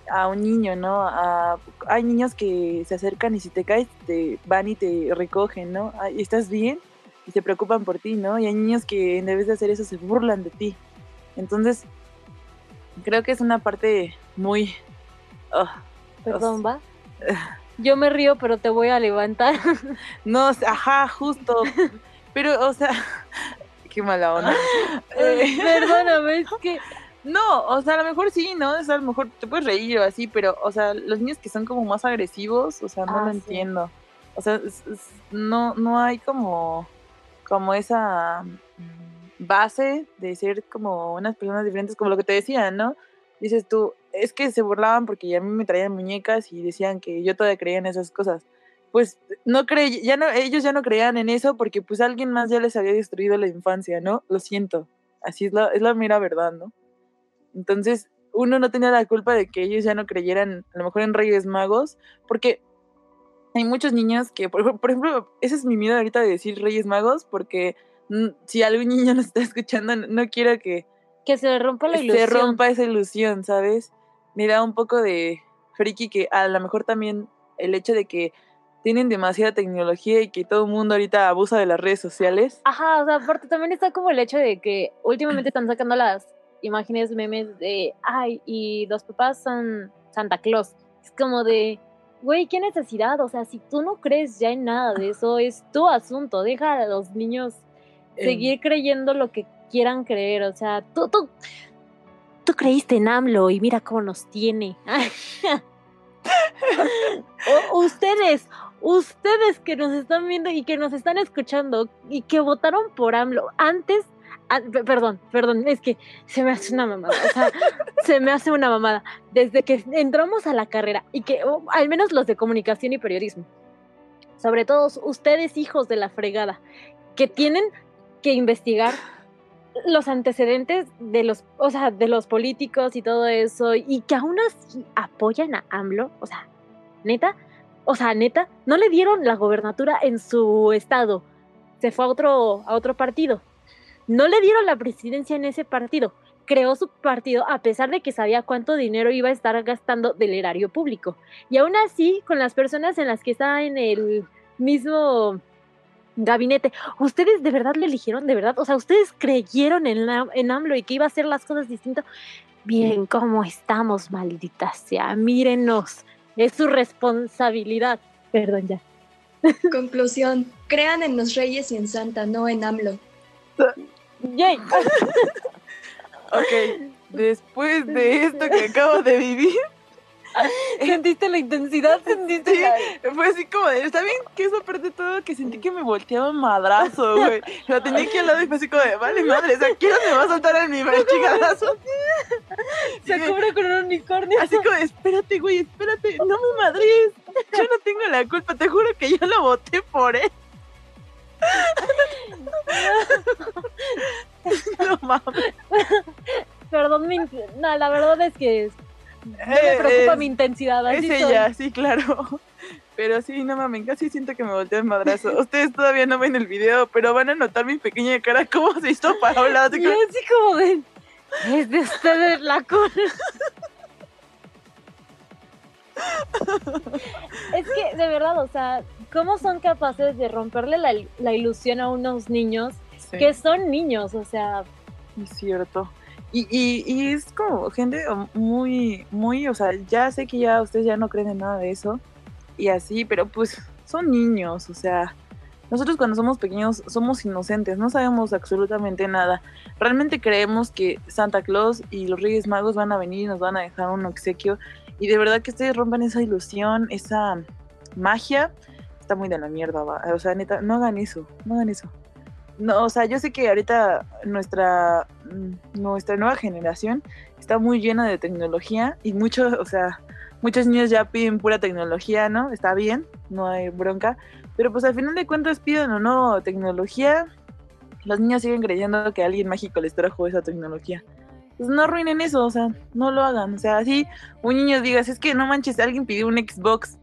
a un niño, ¿no? Hay niños que se acercan y si te caes, te van y te recogen, ¿no? Ay, ¿estás bien? Y se preocupan por ti, ¿no? Y hay niños que en vez de hacer eso se burlan de ti. Entonces, creo que es una parte muy... Perdón, ¿va? Yo me río, pero te voy a levantar. No, ajá, justo. Pero, o sea, qué mala onda. Perdóname, es que... No, o sea, a lo mejor sí, ¿no? O sea, a lo mejor te puedes reír o así, pero, o sea, los niños que son como más agresivos, o sea, no lo sí. entiendo. O sea, no hay como esa base de ser como unas personas diferentes, como lo que te decían, ¿no? Dices tú, es que se burlaban porque a mí me traían muñecas y decían que yo todavía creía en esas cosas. Pues ellos ya no creían en eso porque pues alguien más ya les había destruido la infancia, ¿no? Lo siento, así es la mera verdad, ¿no? Entonces, uno no tenía la culpa de que ellos ya no creyeran a lo mejor en Reyes Magos, porque hay muchos niños que, por ejemplo, ese es mi miedo ahorita de decir Reyes Magos, porque si algún niño nos está escuchando, no quiero que se rompa la ilusión. Se rompa esa ilusión, ¿sabes? Me da un poco de friki que a lo mejor también el hecho de que tienen demasiada tecnología y que todo el mundo ahorita abusa de las redes sociales. Ajá, o sea, aparte también está como el hecho de que últimamente están sacando las imágenes, memes de, ay, y los papás son Santa Claus. Es como de, güey, ¿qué necesidad? O sea, si tú no crees ya en nada de eso, es tu asunto. Deja a los niños seguir creyendo lo que quieran creer. O sea, tú creíste en AMLO y mira cómo nos tiene. Ustedes que nos están viendo y que nos están escuchando y que votaron por AMLO antes, perdón, es que se me hace una mamada, o sea, se me hace una mamada. Desde que entramos a la carrera y que, al menos los de comunicación y periodismo, sobre todo ustedes hijos de la fregada, que tienen que investigar los antecedentes de los políticos y todo eso, y que aún así apoyan a AMLO, o sea, neta, no le dieron la gobernatura en su estado, se fue a otro partido, no le dieron la presidencia en ese partido, creó su partido a pesar de que sabía cuánto dinero iba a estar gastando del erario público, y aún así, con las personas en las que está en el mismo gabinete, ¿ustedes de verdad lo eligieron? ¿De verdad? O sea, ¿ustedes creyeron en AMLO y que iba a hacer las cosas distintas? Bien, ¿cómo estamos, maldita sea? Mírenos, es su responsabilidad. Perdón, ya. Conclusión, crean en los reyes y en Santa, no en AMLO. Yay. Ok, después de esto que acabo de vivir, ¿sentiste la intensidad? ¿Sentiste fue así como de, ¿está bien? Que eso aparte de todo, que sentí que me volteaba un madrazo, güey. Lo tenía aquí al lado y fue así como de, vale madre, o sea, ¿quién me va a soltar en mi chingadazo? Se cubre con un unicornio. Así como, espérate, güey, espérate, no me madres. Yo no tengo la culpa, te juro que yo lo voté por él. No mames. Perdón, no, la verdad es que no me preocupa mi intensidad. Es ella, sí, claro. Pero sí, no mames, casi siento que me volteé el madrazo. Ustedes todavía no ven el video, pero van a notar mi pequeña cara cómo se hizo Paola. Así como ven, es de ustedes la culpa. Es que, de verdad, o sea, ¿cómo son capaces de romperle la ilusión a unos niños que son niños? O sea... Es cierto. Y es como gente muy, muy, o sea, ya sé que ya ustedes ya no creen en nada de eso y así, pero pues son niños, o sea, nosotros cuando somos pequeños somos inocentes, no sabemos absolutamente nada. Realmente creemos que Santa Claus y los Reyes Magos van a venir y nos van a dejar un obsequio y de verdad que ustedes rompen esa ilusión, esa magia, está muy de la mierda, ¿va? O sea, neta, no hagan eso. No, o sea, yo sé que ahorita nuestra nueva generación está muy llena de tecnología y muchos niños ya piden pura tecnología, ¿no? Está bien, no hay bronca, pero pues al final de cuentas piden o no tecnología, los niños siguen creyendo que alguien mágico les trajo esa tecnología. Pues no arruinen eso, o sea, no lo hagan, o sea, así un niño digas, es que no manches, alguien pidió un Xbox,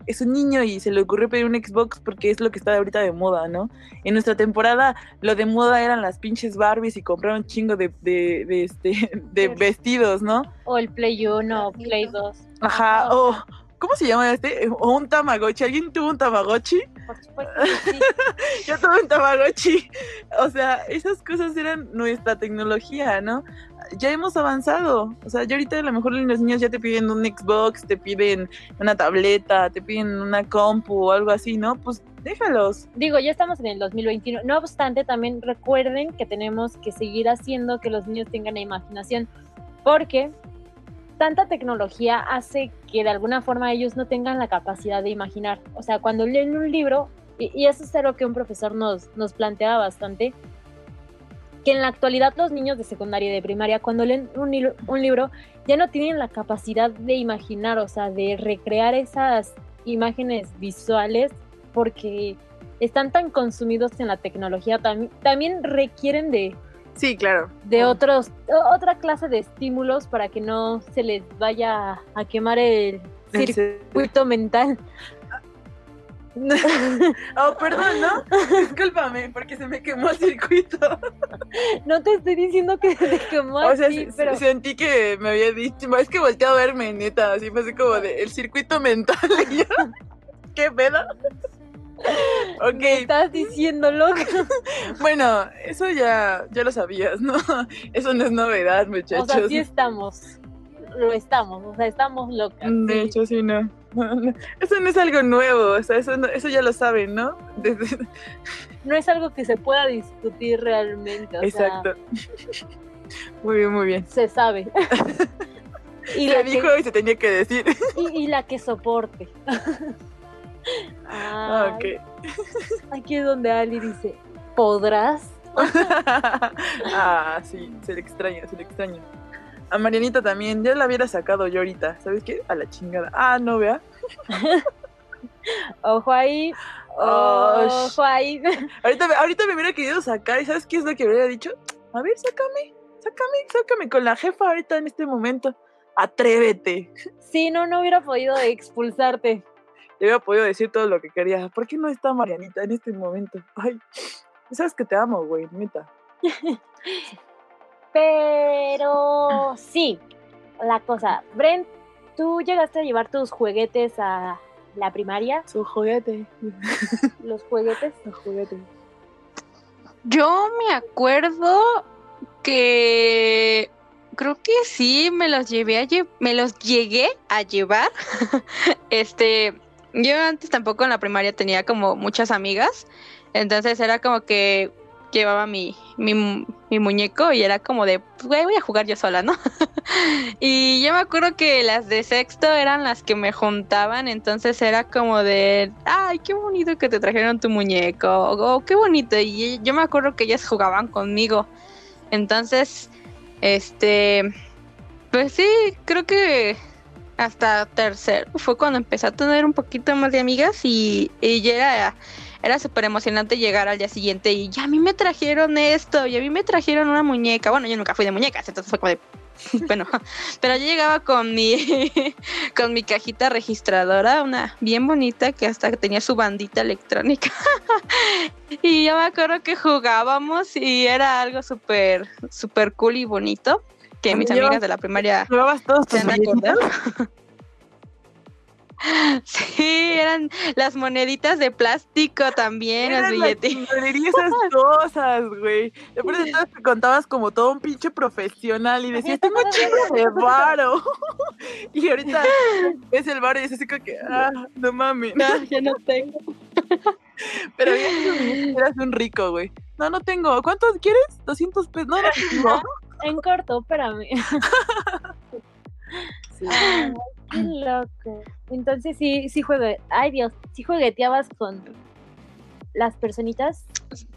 es un niño y se le ocurrió pedir un Xbox porque es lo que está ahorita de moda, ¿no? En nuestra temporada lo de moda eran las pinches Barbies y comprar un chingo de vestidos, ¿no? O el Play 1 o Play 2. Ajá, o ¿cómo se llama este? O un Tamagotchi. ¿Alguien tuvo un Tamagotchi? Por supuesto que sí. Yo tuve un Tamagotchi. O sea, esas cosas eran nuestra tecnología, ¿no? Ya hemos avanzado. O sea, ya ahorita a lo mejor los niños ya te piden un Xbox, te piden una tableta, te piden una compu o algo así, ¿no? Pues déjalos. Digo, ya estamos en el 2021. No obstante, también recuerden que tenemos que seguir haciendo que los niños tengan la imaginación, porque tanta tecnología hace que de alguna forma ellos no tengan la capacidad de imaginar. O sea, cuando leen un libro, y eso es algo que un profesor nos planteaba bastante, que en la actualidad los niños de secundaria y de primaria, cuando leen un libro, ya no tienen la capacidad de imaginar, o sea, de recrear esas imágenes visuales, porque están tan consumidos en la tecnología, también requieren de Sí, claro. otra clase de estímulos para que no se les vaya a quemar el circuito mental. Oh, perdón, ¿no? Discúlpame, porque se me quemó el circuito. No te estoy diciendo que se te quemó O sea, así, pero sentí que me había dicho, es que volteé a verme, neta, así fue así como de el circuito mental. Y yo, ¿qué pedo? Ok. me estás diciendo loco. Bueno, eso ya lo sabías, ¿no? Eso no es novedad, muchachos. O sea, sí estamos, o sea, estamos locas. De sí. hecho, sí, no. Eso no es algo nuevo, o sea, eso ya lo saben, ¿no? No es algo que se pueda discutir realmente, o Exacto. Muy bien, muy bien. sea, se sabe. Y Se dijo y se tenía que decir. y la que soporte. Ay, Ok. aquí es donde Ali dice, ¿podrás? Ah, sí, se le extraña. A Marianita también, ya la hubiera sacado yo ahorita, ¿sabes qué? A la chingada. Ah, no, vea. Ojo ahí, ojo ahí. Ahorita me hubiera querido sacar, ¿y sabes qué es lo que me hubiera dicho? A ver, sácame con la jefa ahorita en este momento. Atrévete. Sí, no hubiera podido expulsarte. Le hubiera podido decir todo lo que quería. ¿Por qué no está Marianita en este momento? Ay, sabes que te amo, güey, neta. Pero sí, la cosa. Brent, ¿tú llegaste a llevar tus juguetes a la primaria? Su juguete. ¿Los juguetes? Su juguete. Yo me acuerdo que creo que sí me los llegué a llevar. Yo antes tampoco en la primaria tenía como muchas amigas, entonces era como que llevaba mi muñeco y era como de, pues, güey, voy a jugar yo sola, ¿no? Y yo me acuerdo que las de sexto eran las que me juntaban, entonces era como de, ay, qué bonito que te trajeron tu muñeco, o qué bonito, y yo me acuerdo que ellas jugaban conmigo, entonces, pues sí, creo que hasta tercero fue cuando empecé a tener un poquito más de amigas y ya era súper emocionante llegar al día siguiente y ya a mí me trajeron esto y a mí me trajeron una muñeca. Bueno, yo nunca fui de muñecas, entonces fue como de, bueno, pero yo llegaba con mi cajita registradora, una bien bonita que hasta tenía su bandita electrónica. Y yo me acuerdo que jugábamos y era algo súper súper cool y bonito. Que mis amigas de la primaria ¿Llevabas todos tus se han acordado. Sí, eran las moneditas de plástico también, los billetitos. Esas cosas, güey. Después de todo te contabas como todo un pinche profesional y decías, tengo chingo de varo. Y ahorita ves el varo y dices así como que, no mames. No, ya no tengo. Pero bien, eras un rico, güey. No tengo. ¿Cuántos quieres? 200 pesos. No tengo. En corto, espérame. Sí. Ay, qué loco. Entonces sí ay Dios, sí jugueteabas con las personitas.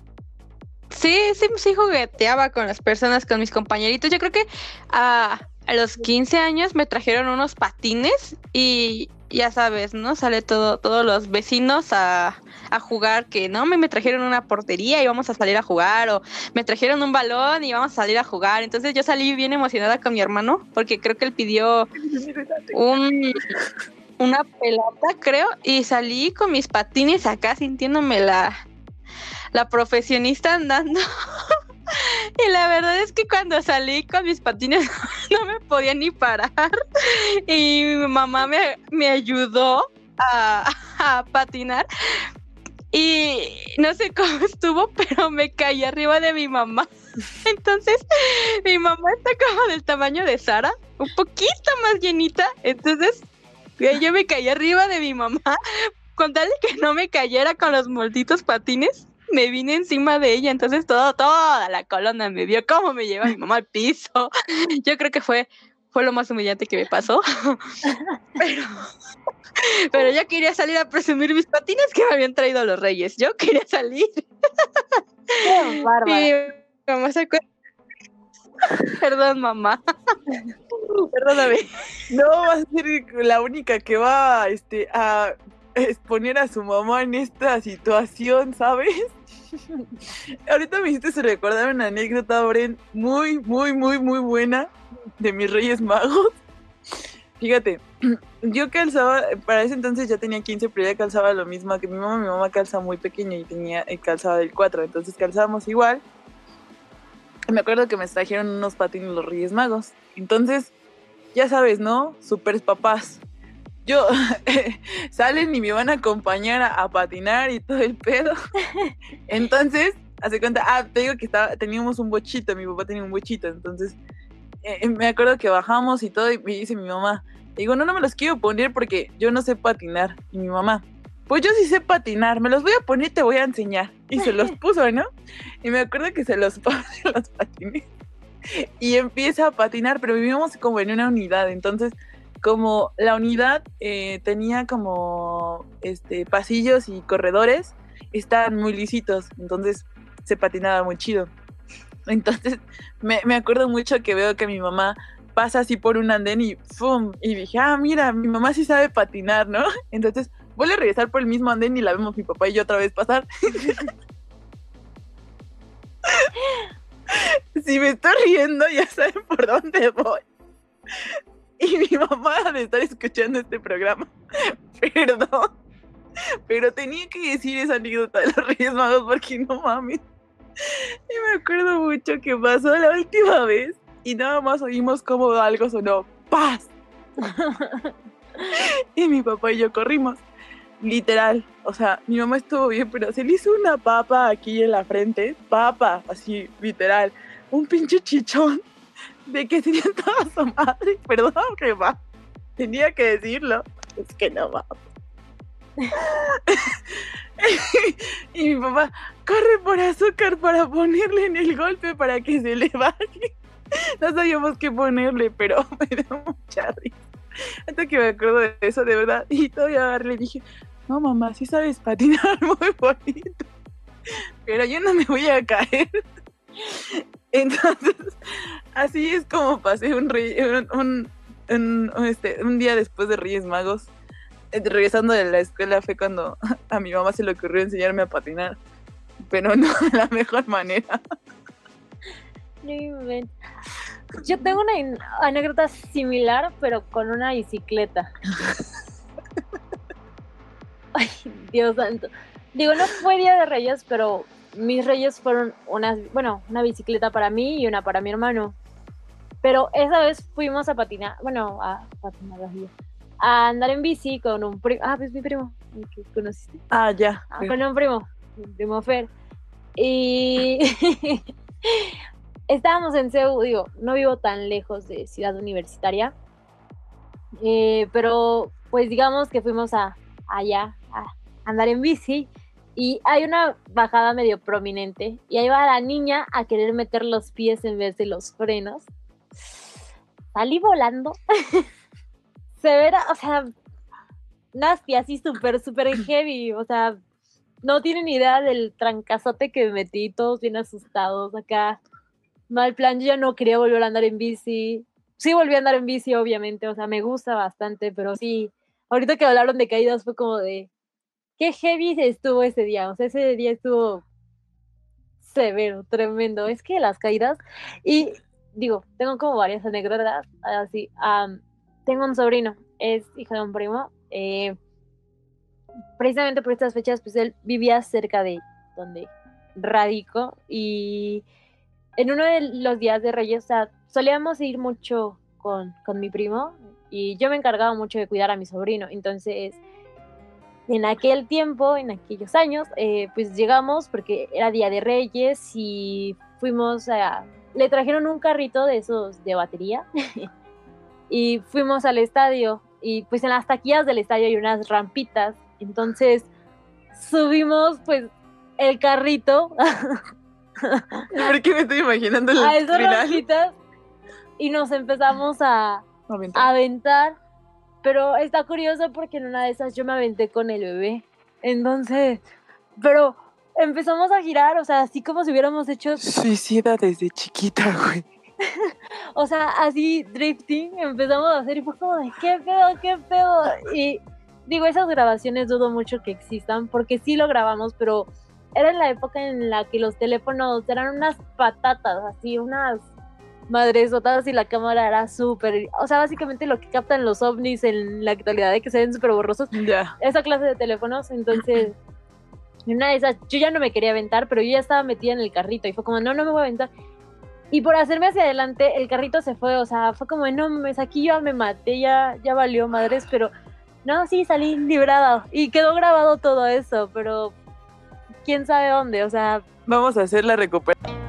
Sí jugueteaba con las personas, con mis compañeritos. Yo creo que a los 15 años me trajeron unos patines y ya sabes, ¿no? Sale todos los vecinos a jugar, que no, me trajeron una portería y vamos a salir a jugar, o me trajeron un balón y vamos a salir a jugar. Entonces yo salí bien emocionada con mi hermano, porque creo que él pidió una pelota, creo, y salí con mis patines acá sintiéndome la profesionista andando. Y la verdad es que cuando salí con mis patines no me podía ni parar. Y mi mamá me ayudó a patinar. Y no sé cómo estuvo, pero me caí arriba de mi mamá. Entonces, mi mamá está como del tamaño de Sara, un poquito más llenita. Entonces, yo me caí arriba de mi mamá. Con tal de que no me cayera con los malditos patines, me vine encima de ella. Entonces, toda la colona me vio cómo me lleva mi mamá al piso. Yo creo que fue lo más humillante que me pasó. Pero yo quería salir a presumir mis patines que me habían traído los reyes. Yo quería salir. Qué bárbara. Y mi mamá se acuerda. Perdón, mamá. Perdóname. No vas a ser la única que va a exponer a su mamá en esta situación, ¿sabes? Ahorita me hiciste recordar una anécdota, Bren, muy, muy, muy, muy buena de mis Reyes Magos. Fíjate, yo calzaba, para ese entonces ya tenía 15, pero ya calzaba lo mismo que mi mamá. Mi mamá calza muy pequeño y calzaba del 4, entonces calzábamos igual. Me acuerdo que me trajeron unos patines los Reyes Magos. Entonces, ya sabes, ¿no? Super papás. Yo, salen y me van a acompañar a patinar y todo el pedo. Entonces, hace cuenta, te digo que teníamos un bochito, mi papá tenía un bochito, entonces me acuerdo que bajamos y todo, y me dice mi mamá, digo, no me los quiero poner porque yo no sé patinar. Y mi mamá, pues yo sí sé patinar, me los voy a poner y te voy a enseñar. Y se los puso, ¿no? Y me acuerdo que se los patines y empieza a patinar, pero vivíamos como en una unidad, entonces como la unidad tenía como pasillos y corredores, estaban muy lisitos, entonces se patinaba muy chido. Entonces me acuerdo mucho que veo que mi mamá pasa así por un andén y ¡fum! Y dije, mira, mi mamá sí sabe patinar, ¿no? Entonces vuelve a regresar por el mismo andén y la vemos mi papá y yo otra vez pasar. Si me estoy riendo, ya saben por dónde voy. Y mi mamá ha de estar escuchando este programa. Perdón. Pero tenía que decir esa anécdota de los Reyes Magos porque no mames. Y me acuerdo mucho que pasó la última vez y nada más oímos como algo sonó ¡paz! Y mi papá y yo corrimos. Literal, o sea, mi mamá estuvo bien, pero se le hizo una papa aquí en la frente, papa, así, literal, un pinche chichón de que tenía toda su madre, perdón, que va, tenía que decirlo, es que no va. Y mi papá, corre por azúcar para ponerle en el golpe para que se le baje. No sabíamos qué ponerle, pero me dio mucha risa. Hasta que me acuerdo de eso, de verdad, y todavía le dije, no mamá, sí sabes patinar muy bonito, pero yo no me voy a caer. Entonces, así es como pasé un día después de Reyes Magos. Regresando de la escuela fue cuando a mi mamá se le ocurrió enseñarme a patinar, pero no de la mejor manera. Yo tengo una anécdota similar, pero con una bicicleta. Ay, Dios santo. Digo, no fue Día de Reyes, pero mis reyes fueron una bicicleta para mí y una para mi hermano. Pero esa vez fuimos a patinar, a andar en bici con un primo. Pues mi primo, el que conociste. Ya. Con un primo, mi primo Fer. Y estábamos en CEU, digo, no vivo tan lejos de Ciudad Universitaria, pero pues digamos que fuimos allá a andar en bici y hay una bajada medio prominente y ahí va la niña a querer meter los pies en vez de los frenos. Salí volando. Severa, o sea, nasty, así súper heavy, o sea, no tienen idea del trancazote que me metí, todos bien asustados acá. Mal plan, yo ya no quería volver a andar en bici. Sí volví a andar en bici, obviamente, o sea, me gusta bastante, pero sí, ahorita que hablaron de caídas fue como de, qué heavy estuvo ese día, o sea, ese día estuvo severo, tremendo. Es que las caídas, y digo, tengo como varias anécdotas, así, tengo un sobrino, es hijo de un primo, Precisamente por estas fechas, pues él vivía cerca de donde radico, y en uno de los días de Reyes, o sea, solíamos ir mucho con mi primo, y yo me encargaba mucho de cuidar a mi sobrino. Entonces, en aquel tiempo, en aquellos años, pues llegamos porque era Día de Reyes y fuimos le trajeron un carrito de esos de batería y fuimos al estadio, y pues en las taquillas del estadio hay unas rampitas. Entonces subimos pues el carrito ¿Por qué me estoy imaginando el a esas final? rampitas y nos empezamos a aventar. Pero está curioso porque en una de esas yo me aventé con el bebé. Entonces, pero empezamos a girar, o sea, así como si hubiéramos hecho, Suicida desde chiquita, güey. o sea, así drifting, empezamos a hacer y fue como de, ¿qué pedo? Y digo, esas grabaciones dudo mucho que existan, porque sí lo grabamos, pero era en la época en la que los teléfonos eran unas patatas, así, unas madresotas, y la cámara era súper, o sea, básicamente lo que captan los ovnis en la actualidad, de que se ven súper borrosos, Ya. esa clase de teléfonos. Entonces, en una de esas, yo ya no me quería aventar, pero yo ya estaba metida en el carrito, y fue como, no me voy a aventar. Y por hacerme hacia adelante, el carrito se fue, o sea, fue como, no mames, aquí yo me maté, ya valió madres, pero no, sí, salí librada, y quedó grabado todo eso, pero quién sabe dónde, o sea, Vamos a hacer la recuperación.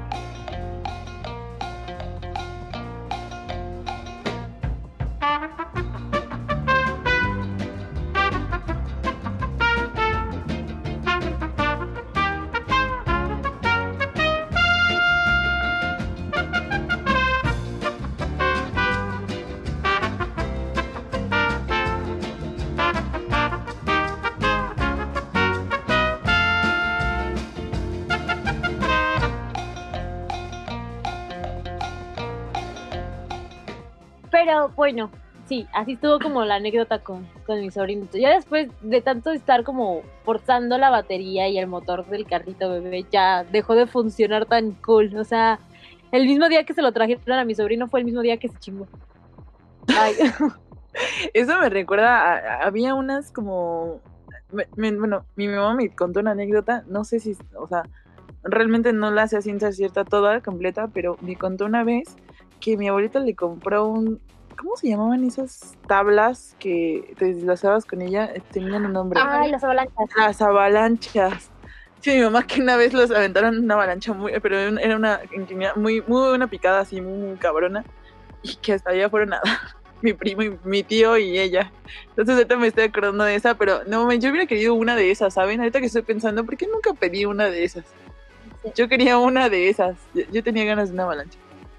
pero bueno, sí, así estuvo como la anécdota con mi sobrinito. Ya después de tanto estar como forzando la batería y el motor del carrito bebé, ya dejó de funcionar tan cool. O sea, el mismo día que se lo trajeron a mi sobrino fue el mismo día que se chingó. Ay. Eso me recuerda había unas como... bueno, mi mamá me contó una anécdota, no sé si, o sea, realmente no la sé a ciencia cierta toda, completa, pero me contó una vez que mi abuelita le compró ¿cómo se llamaban esas tablas que te deslazabas con ella? Tenían un nombre. Ay, las avalanchas. Las avalanchas. Sí, mi mamá que una vez los aventaron en una avalancha pero era una inclinada muy una picada así muy cabrona, y que hasta allá fueron a mi primo y mi tío y ella. Entonces ahorita me estoy acordando de esa, pero no, yo hubiera querido una de esas, ¿saben? Ahorita que estoy pensando, ¿por qué nunca pedí una de esas? Sí. Yo quería una de esas. Yo tenía ganas de una avalancha.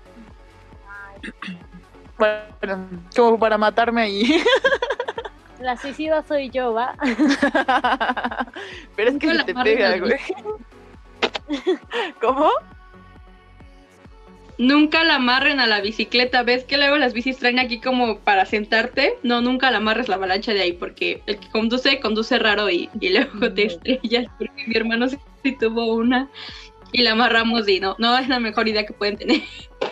Bueno, como para matarme ahí. La suicida soy yo, ¿va? Pero es que se te pega, güey. ¿Cómo? Nunca la amarren a la bicicleta. ¿Ves que luego las bicis traen aquí como para sentarte? No, nunca la amarres la avalancha de ahí, porque el que conduce raro y luego te estrellas. Porque mi hermano sí tuvo una y la amarramos y no es la mejor idea que pueden tener.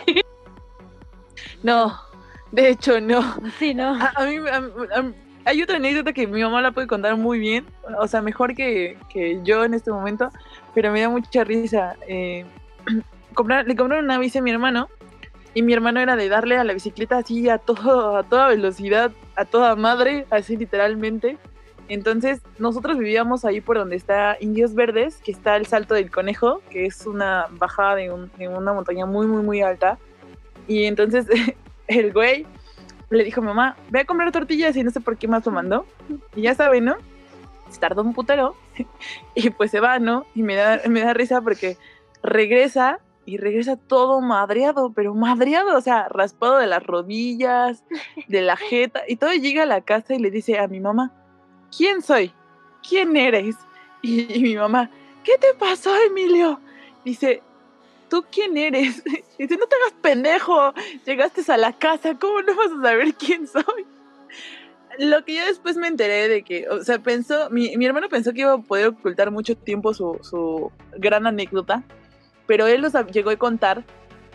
No, de hecho no. Sí, ¿no? A mí hay otra anécdota que mi mamá la puede contar muy bien, o sea, mejor que yo en este momento, pero me da mucha risa. Le compraron una bici a mi hermano, y mi hermano era de darle a la bicicleta así a toda velocidad, a toda madre, así literalmente. Entonces nosotros vivíamos ahí por donde está Indios Verdes, que está el Salto del Conejo, que es una bajada de una montaña muy alta. Y entonces el güey le dijo a mi mamá, ve a comprar tortillas, y no sé por qué más lo mandó. Y ya sabe, ¿no? Se tardó un putero. Y pues se va, ¿no? Y me da risa porque regresa todo madreado, pero madreado, o sea, raspado de las rodillas, de la jeta, y todo. Llega a la casa y le dice a mi mamá, ¿quién soy? ¿Quién eres? Y mi mamá, ¿qué te pasó, Emilio? Dice, ¿tú quién eres? Dice, no te hagas pendejo, llegaste a la casa, ¿cómo no vas a saber quién soy? Lo que yo después me enteré de que, o sea, mi hermano pensó que iba a poder ocultar mucho tiempo su gran anécdota, pero él llegó a contar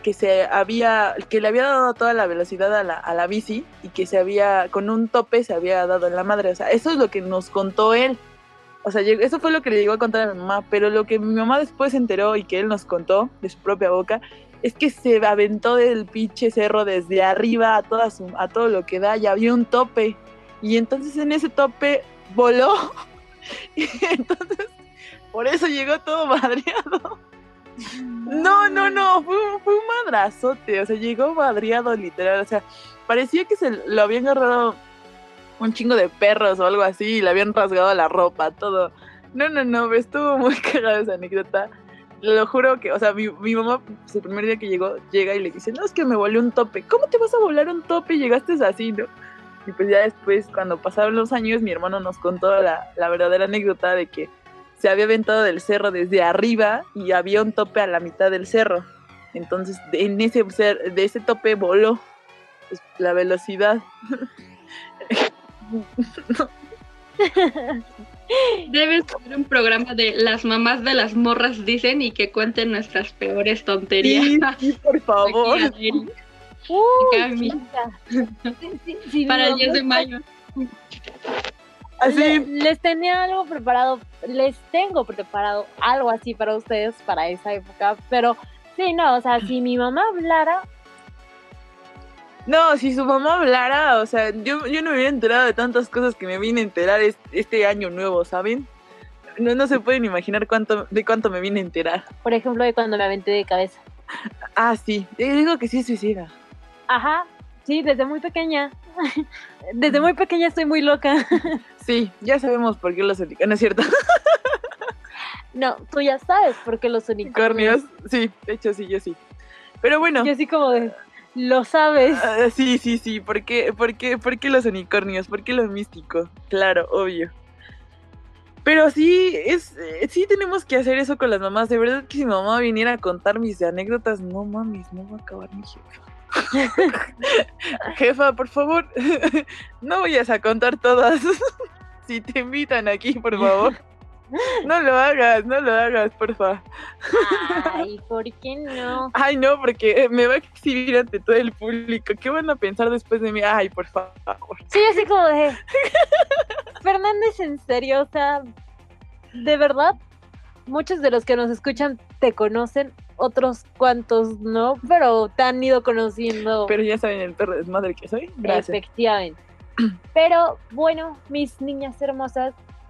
que le había dado toda la velocidad a la bici y que con un tope se había dado en la madre. O sea, eso es lo que nos contó él. O sea, eso fue lo que le llegó a contar a mi mamá, pero lo que mi mamá después se enteró y que él nos contó de su propia boca es que se aventó del pinche cerro desde arriba a todo lo que da y había un tope. Y entonces en ese tope voló. Y entonces por eso llegó todo madreado. No, fue un madrazote, o sea, llegó madreado literal, o sea, parecía que se lo habían agarrado un chingo de perros o algo así y le habían rasgado la ropa, todo. No, estuvo muy cagada esa anécdota. Lo juro que, o sea, mi mamá, pues, el primer día que llega y le dice, no, es que me volé un tope. ¿Cómo te vas a volar un tope? Llegaste así, ¿no? Y pues ya después, cuando pasaron los años, mi hermano nos contó la verdadera anécdota de que se había aventado del cerro desde arriba y había un tope a la mitad del cerro. Entonces, de ese tope voló, pues, la velocidad. Debes hacer un programa de las mamás de las morras dicen y que cuenten nuestras peores tonterías. Sí, por favor. Para el 10 de mayo. Así. Les tengo preparado algo así para ustedes para esa época, pero sí, no, o sea, si mi mamá hablara... No, si su mamá hablara, o sea, yo no me hubiera enterado de tantas cosas que me vine a enterar este año nuevo, ¿saben? No se pueden imaginar de cuánto me vine a enterar. Por ejemplo, de cuando me aventé de cabeza. Ah, sí, digo que sí es suicida. Ajá, sí, desde muy pequeña. Desde muy pequeña estoy muy loca. Sí, ya sabemos por qué los unicornios, ¿no es cierto? No, tú ya sabes por qué los unicornios. Sí, de hecho sí, yo sí. Pero bueno. Yo así como de, lo sabes. Sí, ¿por qué los unicornios? ¿Por qué lo místico? Claro, obvio. Pero sí, sí tenemos que hacer eso con las mamás. De verdad que si mi mamá viniera a contar mis anécdotas, no mames, no va a acabar mi jefa. Jefa, por favor, no vayas a contar todas. Si te invitan aquí, por favor, no lo hagas, porfa. Ay, ¿por qué no? Ay, no, porque me va a exhibir ante todo el público. ¿Qué van a pensar después de mí? Ay, por favor. Sí, así como de... Fernández, en serio, o sea, de verdad, muchos de los que nos escuchan te conocen, otros cuantos no, pero te han ido conociendo. Pero ya saben el perro desmadre que soy. Gracias. Efectivamente. Pero bueno, mis niñas hermosas,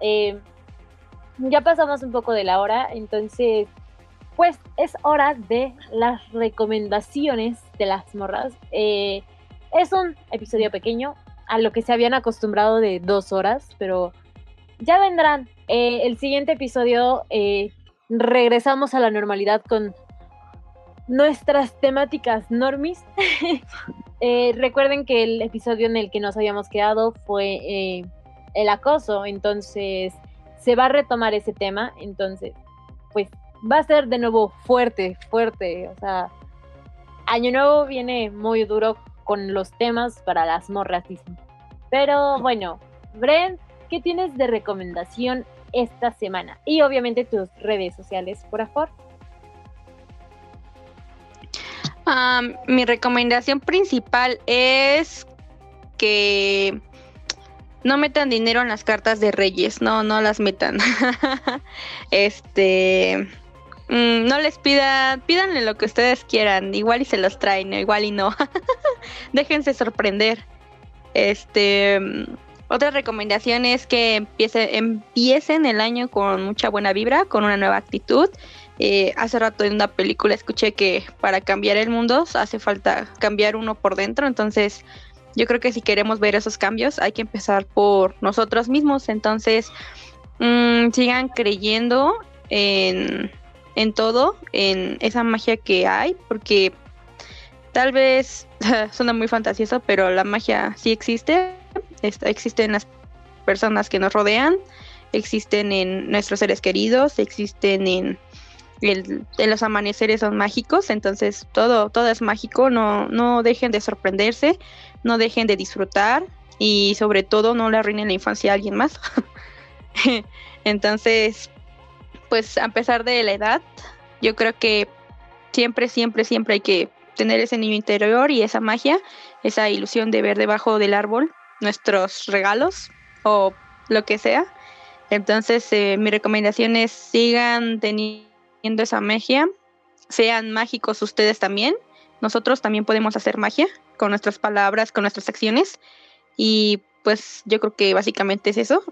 ya pasamos un poco de la hora, entonces pues es hora de las recomendaciones de las morras. Es un episodio pequeño, a lo que se habían acostumbrado de 2 horas, pero ya vendrán. El siguiente episodio regresamos a la normalidad con nuestras temáticas normis. Recuerden que el episodio en el que nos habíamos quedado fue el acoso, entonces se va a retomar ese tema, entonces pues va a ser de nuevo fuerte, o sea, Año Nuevo viene muy duro con los temas para las morras, dicen. Pero bueno, Brent, ¿qué tienes de recomendación esta semana? Y obviamente tus redes sociales, por favor. Mi recomendación principal es que no metan dinero en las cartas de Reyes, no las metan. No les pídanle lo que ustedes quieran, igual y se los traen, igual y no. Déjense sorprender. Otra recomendación es que empiecen el año con mucha buena vibra, con una nueva actitud. Hace rato en una película escuché que para cambiar el mundo hace falta cambiar uno por dentro, entonces yo creo que si queremos ver esos cambios hay que empezar por nosotros mismos, entonces sigan creyendo en todo, en esa magia que hay, porque tal vez suena muy fantasioso, pero la magia sí existe, existen las personas que nos rodean, existen en nuestros seres queridos, existen en los amaneceres son mágicos, entonces todo es mágico, no dejen de sorprenderse, no dejen de disfrutar y sobre todo no le arruinen la infancia a alguien más. Entonces, pues a pesar de la edad, yo creo que siempre hay que tener ese niño interior y esa magia, esa ilusión de ver debajo del árbol nuestros regalos o lo que sea. Entonces, mi recomendación es sigan teniendo esa magia, sean mágicos ustedes también. Nosotros también podemos hacer magia con nuestras palabras, con nuestras acciones. Y pues yo creo que básicamente es eso.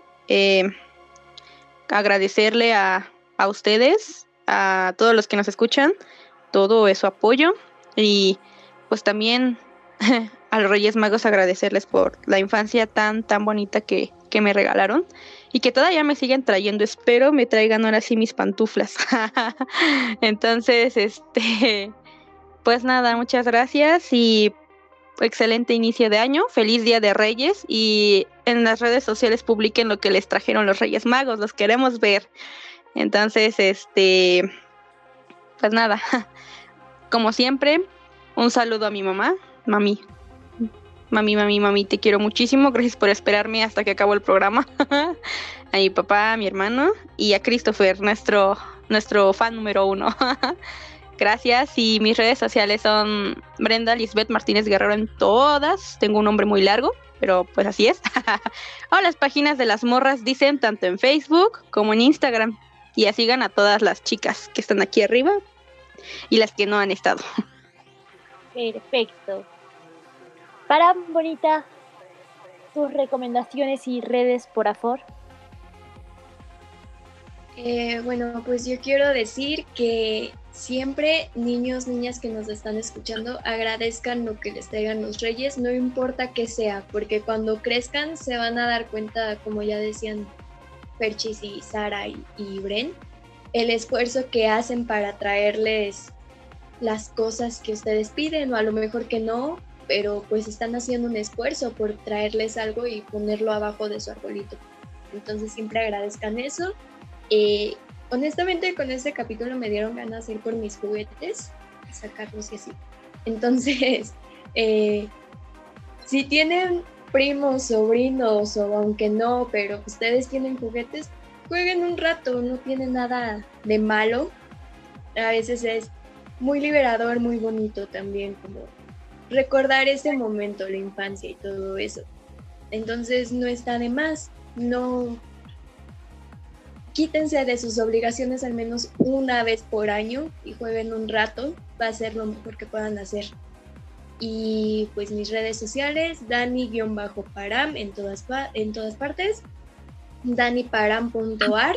Agradecerle a ustedes, a todos los que nos escuchan, todo su apoyo. Y pues también a los Reyes Magos agradecerles por la infancia tan bonita que me regalaron y que todavía me siguen trayendo. Espero me traigan ahora sí mis pantuflas. Entonces, pues nada, muchas gracias y excelente inicio de año, feliz Día de Reyes, y en las redes sociales publiquen lo que les trajeron los Reyes Magos, los queremos ver. Entonces, pues nada, como siempre, un saludo a mi mamá. Mami, te quiero muchísimo, gracias por esperarme hasta que acabó el programa. A mi papá, a mi hermano y a Christopher, nuestro fan número 1. Gracias, y mis redes sociales son Brenda Lisbeth Martínez Guerrero en todas. Tengo un nombre muy largo, pero pues así es. O las páginas de Las Morras Dicen, tanto en Facebook como en Instagram. Y así sigan a todas las chicas que están aquí arriba y las que no han estado. Perfecto. Para Bonita, tus recomendaciones y redes, por favor. Bueno, pues yo quiero decir que siempre niños, niñas que nos están escuchando, agradezcan lo que les traigan los reyes, no importa qué sea, porque cuando crezcan se van a dar cuenta, como ya decían Perchis y Sara y Bren, el esfuerzo que hacen para traerles las cosas que ustedes piden, o a lo mejor que no, pero pues están haciendo un esfuerzo por traerles algo y ponerlo abajo de su arbolito. Entonces siempre agradezcan eso. Honestamente, con este capítulo me dieron ganas de ir por mis juguetes, sacarlos y así. Entonces, si tienen primos, sobrinos, o aunque no, pero ustedes tienen juguetes, jueguen un rato, no tiene nada de malo. A veces es muy liberador, muy bonito también, como recordar ese momento, la infancia y todo eso. Entonces no está de más, no... Quítense de sus obligaciones al menos una vez por año y jueguen un rato, va a ser lo mejor que puedan hacer. Y pues mis redes sociales, Dani-Param en todas partes, daniparam.art,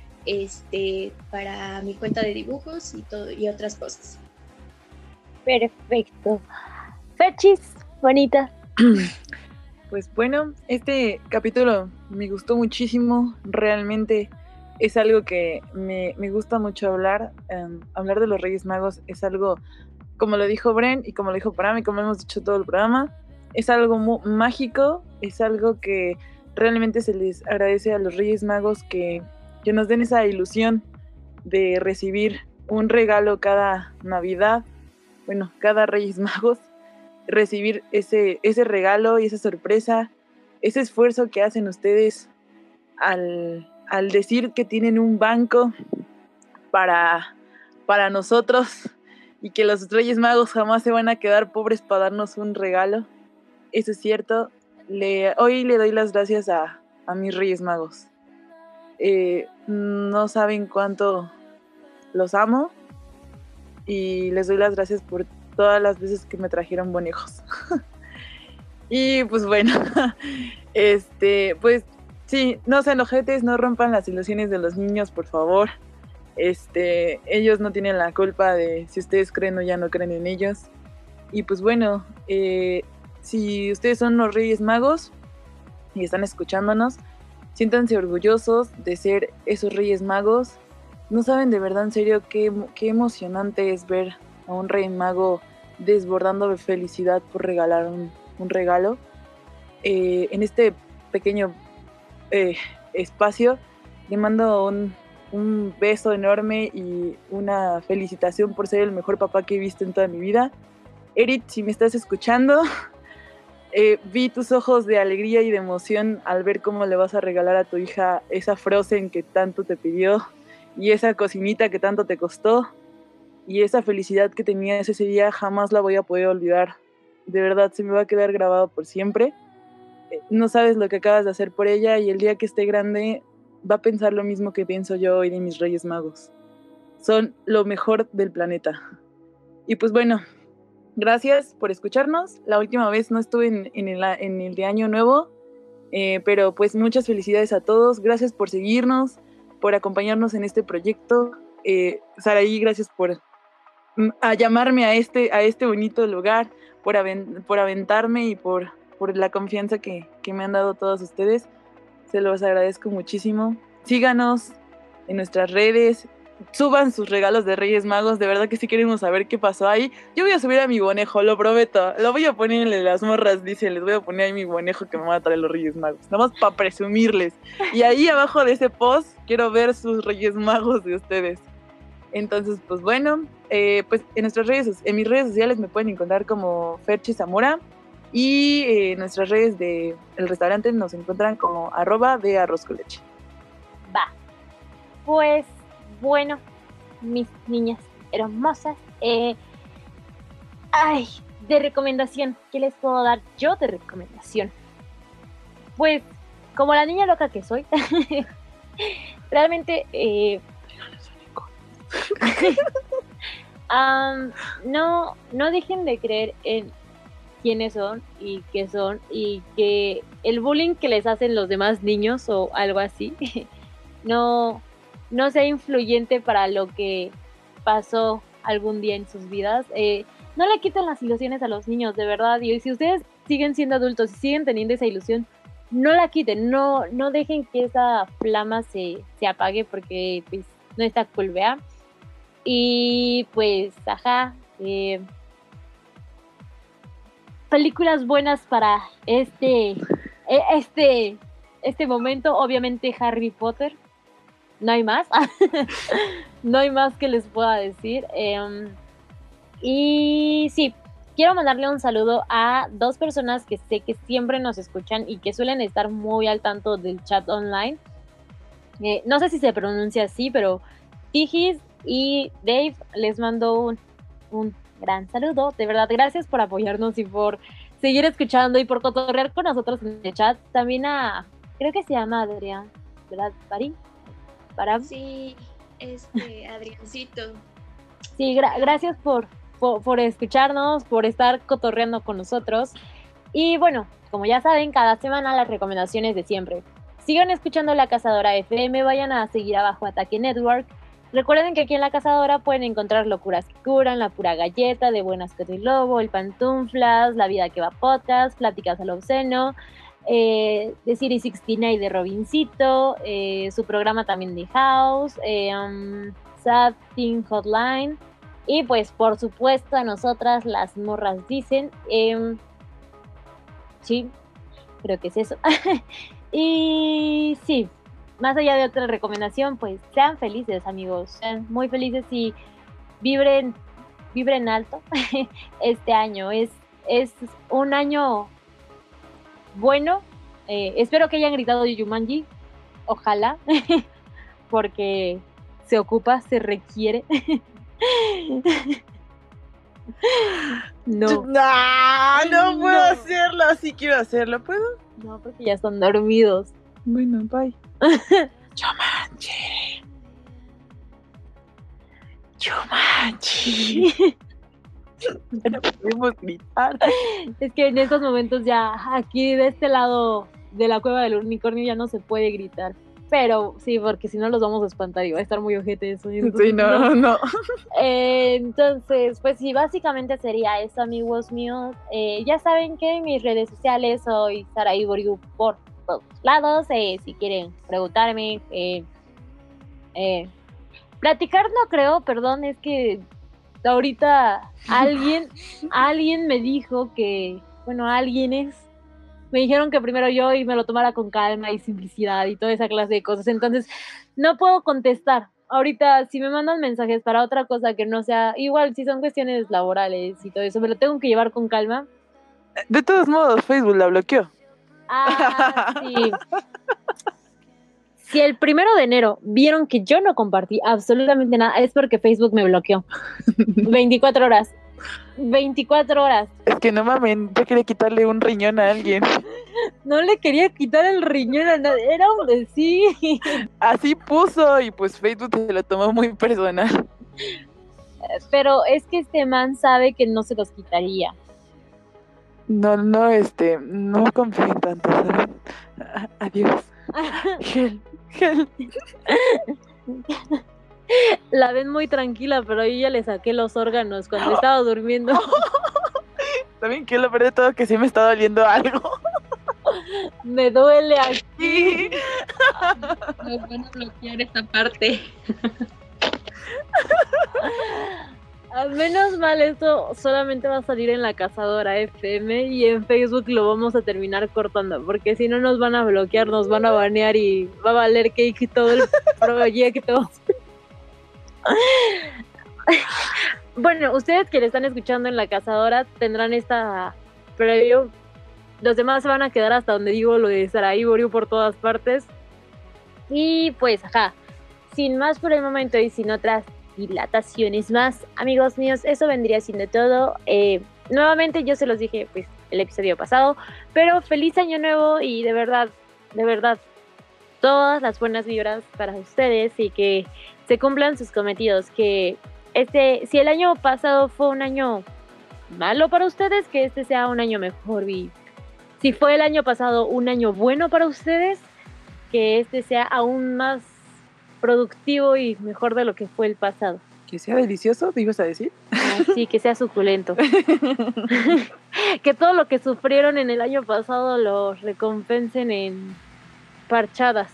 para mi cuenta de dibujos y otras cosas. Perfecto. Perchis, Bonita. Pues bueno, este capítulo me gustó muchísimo, realmente es algo que me gusta mucho hablar. Hablar de los Reyes Magos es algo, como lo dijo Bren y como lo dijo Param y como hemos dicho todo el programa, es algo muy mágico, es algo que realmente se les agradece a los Reyes Magos que nos den esa ilusión de recibir un regalo cada Navidad, bueno, cada Reyes Magos, recibir ese regalo y esa sorpresa, ese esfuerzo que hacen ustedes al decir que tienen un banco para nosotros y que los Reyes Magos jamás se van a quedar pobres para darnos un regalo. Eso es cierto. Hoy le doy las gracias a mis Reyes Magos. No saben cuánto los amo y les doy las gracias por todas las veces que me trajeron bonijos. Y pues bueno, pues sí, no sean ojetes, no rompan las ilusiones de los niños, por favor. Ellos no tienen la culpa de si ustedes creen o ya no creen en ellos. Y pues bueno, si ustedes son los Reyes Magos y están escuchándonos, siéntanse orgullosos de ser esos Reyes Magos. No saben de verdad, en serio, qué emocionante es ver a un Rey Mago desbordando de felicidad por regalar un regalo. En este pequeño espacio le mando un beso enorme y una felicitación por ser el mejor papá que he visto en toda mi vida. Eric, si me estás escuchando, vi tus ojos de alegría y de emoción al ver cómo le vas a regalar a tu hija esa Frozen que tanto te pidió y esa cocinita que tanto te costó. y esa felicidad que tenías ese día jamás la voy a poder olvidar. De verdad, se me va a quedar grabado por siempre. No sabes lo que acabas de hacer por ella, y el día que esté grande va a pensar lo mismo que pienso yo hoy de mis Reyes Magos. Son lo mejor del planeta. Y pues bueno, gracias por escucharnos. La última vez no estuve en el de Año Nuevo, pero pues muchas felicidades a todos. Gracias por seguirnos, por acompañarnos en este proyecto. Saraí, gracias por llamarme a este bonito lugar, por aventarme y por la confianza que me han dado todos ustedes. Se los agradezco muchísimo. Síganos en nuestras redes, suban sus regalos de Reyes Magos, de verdad que sí queremos saber qué pasó ahí. Yo voy a subir a mi bonejo, lo prometo, lo voy a poner en las morras, dice, les voy a poner ahí mi bonejo que me van a traer los Reyes Magos, nada más para presumirles. Y ahí abajo de ese post quiero ver sus Reyes Magos de ustedes. Entonces, pues bueno, pues en mis redes sociales me pueden encontrar como Ferchi Zamora, y en nuestras redes del restaurante nos encuentran como @de_arroz_con_leche. Va. Pues bueno, mis niñas hermosas, de recomendación, ¿qué les puedo dar yo de recomendación? Pues, como la niña loca que soy, realmente, no dejen de creer en quiénes son y qué son, y que el bullying que les hacen los demás niños o algo así no sea influyente para lo que pasó algún día en sus vidas. No le quiten las ilusiones a los niños, de verdad. Y si ustedes siguen siendo adultos y siguen teniendo esa ilusión, no la quiten, no dejen que esa flama se apague, porque pues no está cool, ¿vea? Y pues, películas buenas para este momento, obviamente Harry Potter. No hay más. No hay más que les pueda decir. Y sí, quiero mandarle un saludo a 2 personas que sé que siempre nos escuchan y que suelen estar muy al tanto del chat online. No sé si se pronuncia así, pero Tijis y Dave, les mando un gran saludo. De verdad, gracias por apoyarnos y por seguir escuchando y por cotorrear con nosotros en el chat. También creo que se llama Adrián, ¿verdad? ¿Para? Sí, Adriancito. Sí, gracias por escucharnos, por estar cotorreando con nosotros. Y bueno, como ya saben, cada semana las recomendaciones de siempre. Sigan escuchando La Cazadora FM, vayan a seguir abajo Ataque Network. Recuerden que aquí en La Cazadora pueden encontrar Locuras que Curan, La Pura Galleta, De Buenas que Soy Lobo, El Pantuflas, La Vida que Va Podcast, Pláticas al Obsceno, de Siri 69 de Robincito, su programa también de House, Sad Teen Hotline, y pues por supuesto a nosotras Las Morras Dicen. Sí, creo que es eso. Y sí, más allá de otra recomendación, pues sean felices, amigos, sean muy felices y vibren alto. Este año es un año bueno. Espero que hayan gritado Yumanji, ojalá, porque se ocupa, se requiere. No puedo hacerlo, sí quiero hacerlo, ¿puedo? No, porque ya están dormidos. Bueno, bye. Yumanji. No podemos gritar. Es que en estos momentos ya aquí de este lado de la cueva del unicornio ya no se puede gritar. Pero sí, porque si no los vamos a espantar y va a estar muy ojete eso. Sí, no. Entonces, pues sí, básicamente sería eso, amigos míos. Ya saben que en mis redes sociales soy Saraí Boriu por todos lados. Si quieren preguntarme, platicar no creo, perdón, es que ahorita alguien me dijo que, bueno, me dijeron que primero yo y me lo tomara con calma y simplicidad y toda esa clase de cosas, entonces no puedo contestar. Ahorita, si me mandan mensajes para otra cosa que no sea, igual si son cuestiones laborales y todo eso, me lo tengo que llevar con calma. De todos modos, Facebook la bloqueó. Sí. Si el 1 de enero vieron que yo no compartí absolutamente nada, es porque Facebook me bloqueó. 24 horas. 24 horas. Es que no mames, yo quería quitarle un riñón a alguien. No le quería quitar el riñón a nadie. Era un decir. Así puso y pues Facebook se lo tomó muy personal. Pero es que este man sabe que no se los quitaría. No, no confío en tanto, ¿saben? Adiós. Gel. La ven muy tranquila, pero yo ya le saqué los órganos cuando estaba durmiendo. ¿Saben qué? Lo peor de todo que sí me está doliendo algo. Me duele aquí. Nos van a bloquear esta parte. Menos mal, esto solamente va a salir en la Cazadora FM y en Facebook lo vamos a terminar cortando, porque si no nos van a bloquear, nos van a banear y va a valer cake todo el proyecto. Bueno, ustedes que le están escuchando en la Cazadora tendrán esta preview. Los demás se van a quedar hasta donde digo lo de Saraí Borio por todas partes. Y pues, sin más por el momento y sin otras dilataciones más, amigos míos, eso vendría siendo todo. Nuevamente yo se los dije pues el episodio pasado, pero feliz año nuevo y de verdad todas las buenas vibras para ustedes y que se cumplan sus cometidos, que si el año pasado fue un año malo para ustedes, que este sea un año mejor, y si fue el año pasado un año bueno para ustedes, que este sea aún más productivo y mejor de lo que fue el pasado. Que sea delicioso, ¿te ibas a decir? Sí, que sea suculento. Que todo lo que sufrieron en el año pasado lo recompensen en parchadas.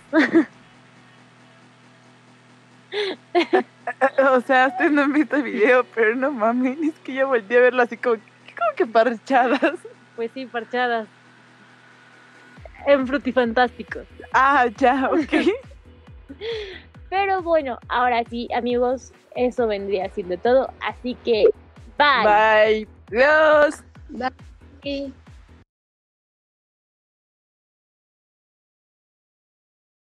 O sea, ustedes no han visto el video, pero no mames, es que yo volteé a verlo así como que parchadas. Pues sí, parchadas. En Frutifantásticos. Ah, ya, ok. Pero bueno, ahora sí, amigos, eso vendría siendo todo. Así que, bye. Bye. Adiós. Bye.